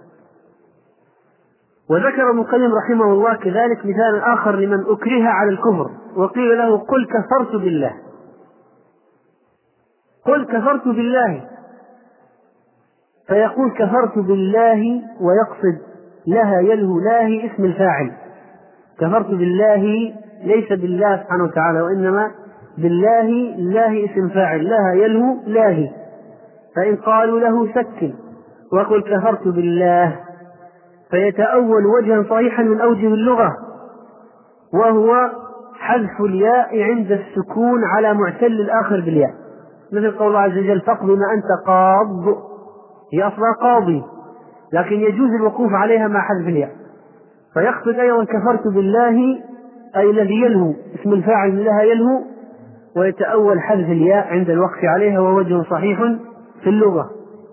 وذكر ابن القيم رحمه الله كذلك مثال آخر لمن أكره على الكفر وقيل له قل كفرت بالله، قل كفرت بالله، فيقول كفرت بالله ويقصد لها يلهو، لاهي اسم الفاعل، كفرت بالله ليس بالله سبحانه وتعالى، وإنما بالله، الله اسم فاعل، لها يلهو لاهي. فإن قالوا له سكن وقل كفرت بالله، فيتأول وجها صحيحا من أوجه اللغة، وهو حذف الياء عند السكون على معتل الآخر بالياء، مثل قول الله عز وجل فاقض ما أنت قاض، هي أصلا قاضي لكن يجوز الوقوف عليها مع حذف الياء. فيقصد أيضا كفرت بالله أي الذي يلهو، اسم الفاعل لها يلهو، ويتأول حذف الياء عند الوقف عليها، ووجه صحيح في اللغة.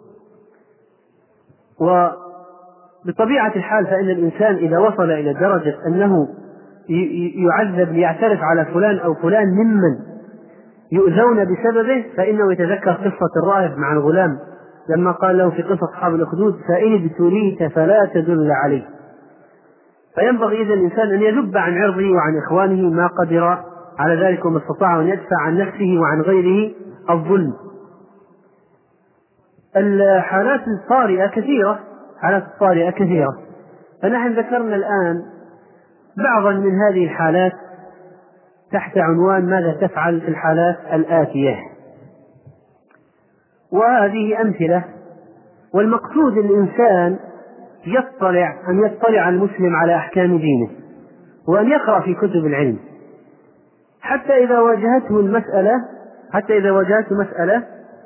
وبطبيعة الحال فإن الإنسان إذا وصل إلى درجة أنه يعذب ليعترف على فلان أو فلان ممن يؤذون بسببه، فإنه يتذكر قصة الراهب مع الغلام لما قال له في قصة أصحاب الأخدود فإن ابتليت فلا تدل عليه. فينبغي إذا الإنسان أن يذب عن عرضه وعن إخوانه ما قدر على ذلك وما استطاع، أن يدفع عن نفسه وعن غيره الظلم. الحالات الطارئة كثيرة، حالات الطارئة كثيرة، فنحن ذكرنا الآن بعضا من هذه الحالات تحت عنوان ماذا تفعل في الحالات الآتية، وهذه أمثلة. والمقصود الإنسان أن يطلع المسلم على أحكام دينه، وأن يقرأ في كتب العلم، حتى إذا واجهته مسألة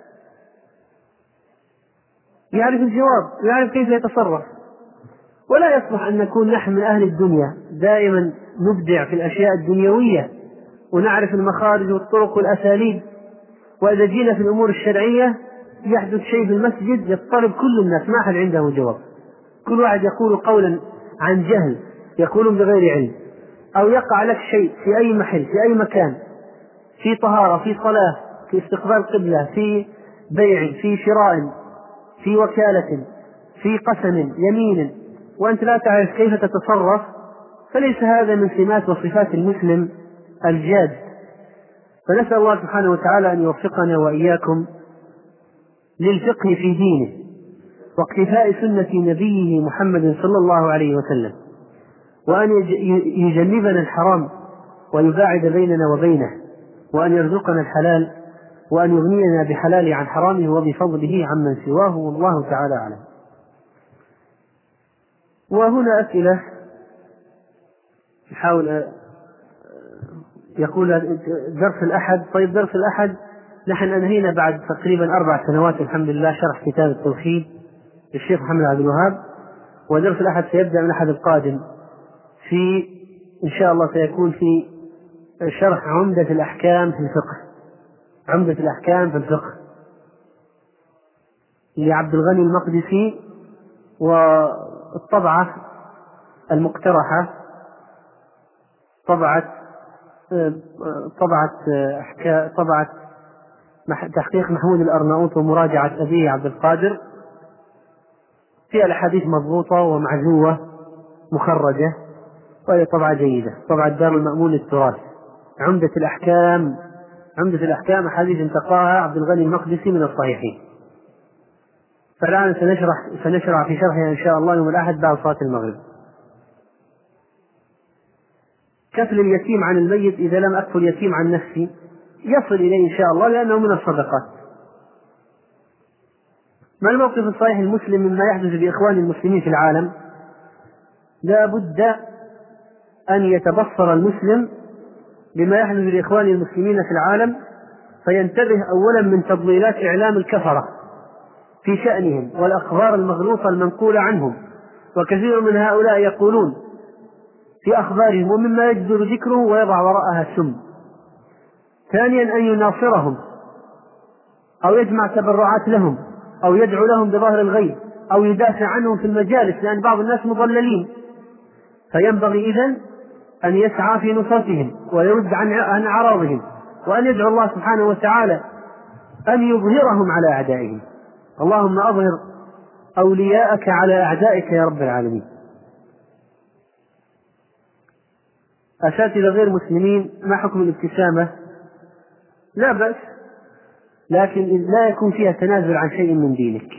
يعرف الجواب، يعرف كيف يتصرف. ولا يصلح أن نكون نحن من أهل الدنيا دائما نبدع في الأشياء الدنيوية ونعرف المخارج والطرق والأساليب، وإذا جينا في الأمور الشرعية يحدث شيء في المسجد يضطرب كل الناس، ما أحد عنده جواب، كل واحد يقول قولا عن جهل، يقول بغير علم، أو يقع لك شيء في أي محل في أي مكان، في طهارة، في صلاة، في استقبال قبلة، في بيع، في شراء، في وكالة، في قسم، يمين، وأنت لا تعرف كيف تتصرف، فليس هذا من سمات وصفات المسلم الجاد. فنسأل الله سبحانه وتعالى أن يوفقنا وإياكم للفقه في دينه واقتفاء سنة نبيه محمد صلى الله عليه وسلم، وأن يجنبنا الحرام ويباعد بيننا وبينه، وأن يرزقنا الحلال، وأن يغنينا بحلاله عن حرامه وبفضله عمن سواه، والله تعالى أعلم. وهنا أسئلة يحاول يقول درس الأحد. طيب درس الأحد نحن أنهينا بعد تقريبا 4 سنوات الحمد لله شرح كتاب التوحيد للشيخ محمد عبد الوهاب، ودرس الأحد سيبدأ من الأحد القادم، في إن شاء الله سيكون في شرح عمدة الأحكام في الفقه، عمدة الأحكام في الفقه لعبد الغني المقدسي، والطبعة المقترحة طبعة تحقيق محمود الأرناؤوط ومراجعة أبيه عبد القادر، فيها الأحاديث مضبوطة ومعزوة مخرجة، وهي طبعة جيدة، طبعة دار المأمون للتراث. عمدة الأحكام أحاديث انتقاها عبد الغني المقدسي من الصحيحين. فالآن سنشرع في شرحها إن شاء الله يوم الأحد بعد صلاة المغرب. كفل اليتيم عن الميت إذا لم أكفل اليتيم عن نفسي، يصل إليه إن شاء الله لأنه من الصدقات. ما الموقف الصحيح المسلم مما يحدث بإخوان المسلمين في العالم؟ لا بد أن يتبصر المسلم بما يحدث لإخوان المسلمين في العالم، فينتبه أولا من تضليلات إعلام الكفرة في شأنهم والأخبار المغلوطة المنقولة عنهم، وكثير من هؤلاء يقولون في أخبارهم ومما يجدر ذكره ويضع وراءها السم. ثانيا أن يناصرهم أو يجمع تبرعات لهم أو يدعو لهم بظهر الغيب أو يدافع عنهم في المجالس، لأن بعض الناس مضللين، فينبغي إذن أن يسعى في نصرتهم ويرد عن أعراضهم، وأن يدعو الله سبحانه وتعالى أن يظهرهم على أعدائهم. اللهم أظهر أولياءك على أعدائك يا رب العالمين. أساتذة غير مسلمين، ما حكم الابتسامة؟ لا بأس، لكن لا يكون فيها تنازل عن شيء من دينك.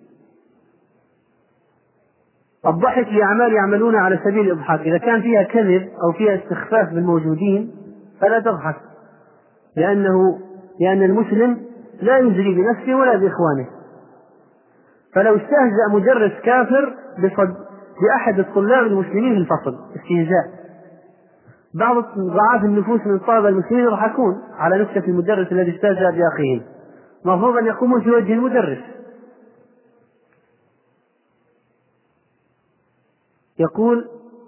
الضحك لأعمال يعملون على سبيل الإضحاك، إذا كان فيها كذب أو فيها استخفاف بالموجودين فلا تضحك، لأن المسلم لا يجري بنفسه ولا بإخوانه. فلو استهزأ مدرس كافر بأحد الطلاب المسلمين في الفصل استهزاء، بعض ضعاف النفوس من الطلبة المسلمين يضحكون على نكتة المدرس الذي استهزأ بأخيهم، مفروض أن يقوموا في وجه المدرس. يقول: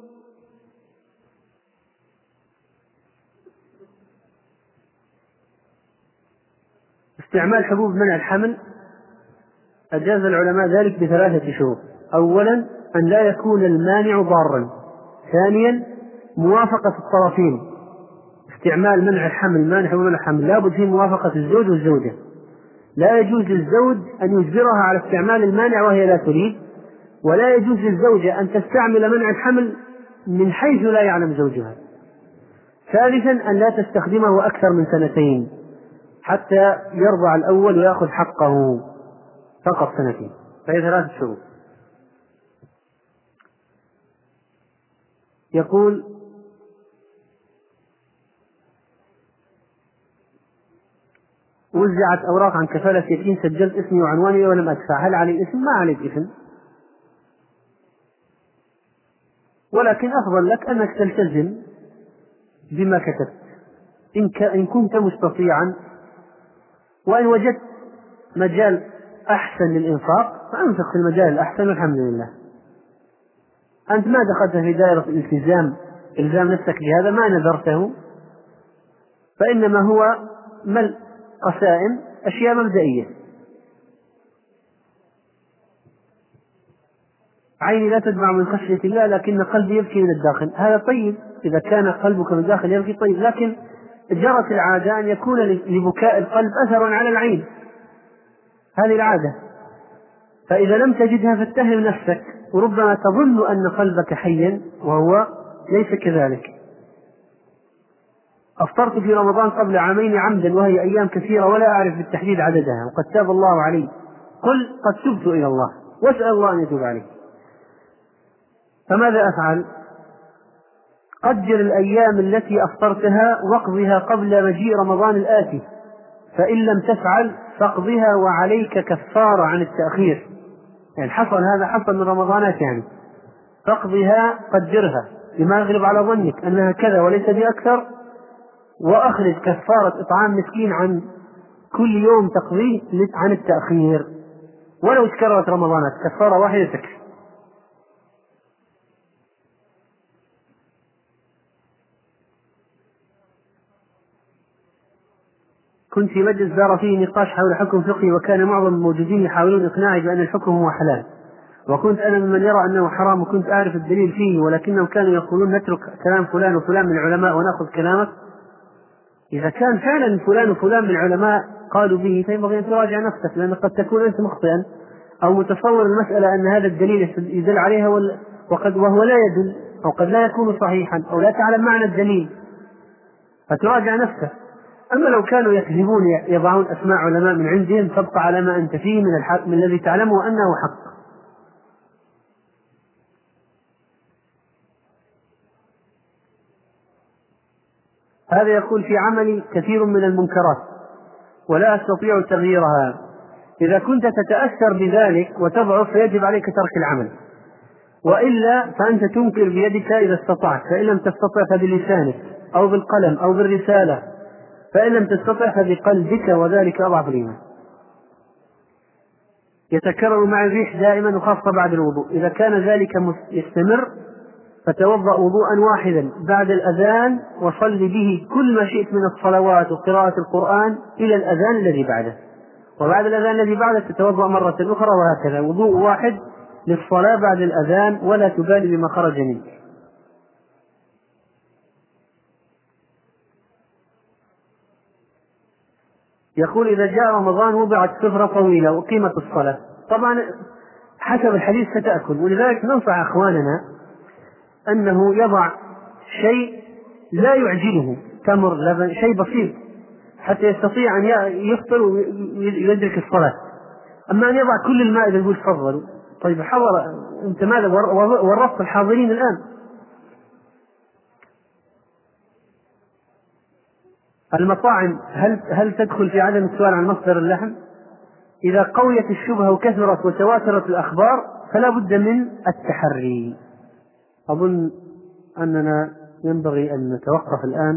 استعمال حبوب منع الحمل أجاز العلماء ذلك ب3 شروط: أولا أن لا يكون المانع ضارا، ثانيا موافقة الطرفين. استعمال منع الحمل، مانع حبوب منع الحمل لا بد فيه موافقة الزوج والزوجة، لا يجوز للزوج أن يجبرها على استعمال المانع وهي لا تريد، ولا يجوز للزوجة أن تستعمل منع الحمل من حيث لا يعلم زوجها. ثالثا أن لا تستخدمه أكثر من 2 حتى يرضع الأول ويأخذ حقه، فقط 2، فهي 3 شروط. يقول: وزعت أوراق عن كفالة يتيم، سجلت اسمي وعنواني ولم أدفع، هل علي اسم؟ ما عليك اسم، ولكن أفضل لك أنك تلتزم بما كتبت إن كنت مستطيعا، وإن وجدت مجال أحسن للإنفاق فأنفق في المجال الأحسن والحمد لله. أنت ما دخلت في دائرة إلزام نفسك بهذا، ما نذرته، فإنما هو ملء قسائم، أشياء مبدئية. عيني لا تدمع من خشية الله لكن قلبي يبكي من الداخل، هذا طيب، إذا كان قلبك من الداخل يبكي طيب، لكن جرت العادة أن يكون لبكاء القلب أثر على العين، هذه العادة، فإذا لم تجدها فاتهم نفسك، وربما تظن أن قلبك حيا وهو ليس كذلك. أفطرت في رمضان قبل 2 عام عمدا وهي أيام كثيرة ولا أعرف بالتحديد عددها، وقد تاب الله علي، قل قد تبت إلى الله واسأل الله أن يتوب عليك. فماذا أفعل؟ قدر الأيام التي أفطرتها واقضها قبل مجيء رمضان الآتي، فإن لم تفعل فاقضها وعليك كفارة عن التأخير، يعني حصل من رمضانات، يعني فاقضها، قدرها بما يغلب على ظنك أنها كذا وليس بأكثر، وأخرج كفارة إطعام مسكين كل يوم تقضيه عن التأخير، ولو تكررت رمضانات كفارة واحدة تكفي. كنت في مجلس دار فيه نقاش حول حكم فقهي، وكان معظم الموجودين يحاولون إقناعي بأن الحكم هو حلال، وكنت أنا ممن يرى أنه حرام، وكنت أعرف الدليل فيه، ولكنهم كانوا يقولون نترك كلام فلان وفلان من العلماء ونأخذ كلامك. إذا كان فعلا فلان وفلان من العلماء قالوا به فينبغي أن تراجع نفسك، لأن قد تكون أنت مخطئا أو متصور المسألة أن هذا الدليل يدل عليها وهو لا يدل، أو قد لا يكون صحيحا، أو لا تعلم معنى الدليل، فتراجع نفسك. أما لو كانوا يكذبون يضعون أسماء علماء من عندهم، تبقى على ما أنت فيه من الحق، من الذي تعلمه أنه حق. هذا يقول في عملي كثير من المنكرات ولا أستطيع تغييرها. إذا كنت تتأثر بذلك وتضعف فيجب عليك ترك العمل، وإلا فأنت تنكر بيدك إذا استطعت، فإن لم تستطع فبلسانك أو بالقلم أو بالرسالة، فإن لم تستطع فبقلبك، وذلك أضعف الإيمان. يتكرر مع الريح دائما وخاصة بعد الوضوء. إذا كان ذلك يستمر فتوضأ وضوءا واحدا بعد الأذان وصل به كل ما شئت من الصلوات وقراءة القرآن إلى الأذان الذي بعده، وبعد الأذان الذي بعده تتوضأ مرة أخرى، وهكذا وضوء واحد للصلاة بعد الأذان، ولا تبالي بما خرج منك. يقول إذا جاء رمضان وضعت سفرة طويلة وقيمة الصلاة، طبعا حسب الحديث ستأكل، ولذلك ننصح أخواننا أنه يضع شيء لا يعجله، تمر، لبن، شيء بسيط حتى يستطيع أن يفطر ويدرك الصلاة. أما أن يضع كل الماء إذا يقول تفضلوا، طيب حضر أنت ماذا ورطت الحاضرين الآن؟ المطاعم هل تدخل في عدم السؤال عن مصدر اللحم؟ إذا قويت الشبهة وكثرت وتواترت الأخبار فلا بد من التحري. أظن أننا ينبغي أن نتوقف الآن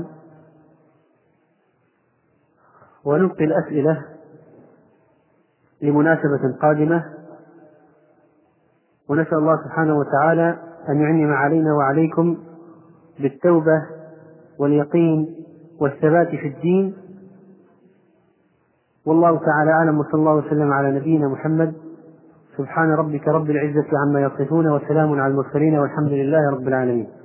ونلقي الأسئلة لمناسبة قادمة، ونسأل الله سبحانه وتعالى أن ينعم علينا وعليكم بالتوبة واليقين والثبات في الدين. والله تعالى أعلم، وصلى الله وسلم على نبينا محمد. سبحان ربك رب العزة عما يصفون، وسلام على المرسلين، والحمد لله رب العالمين.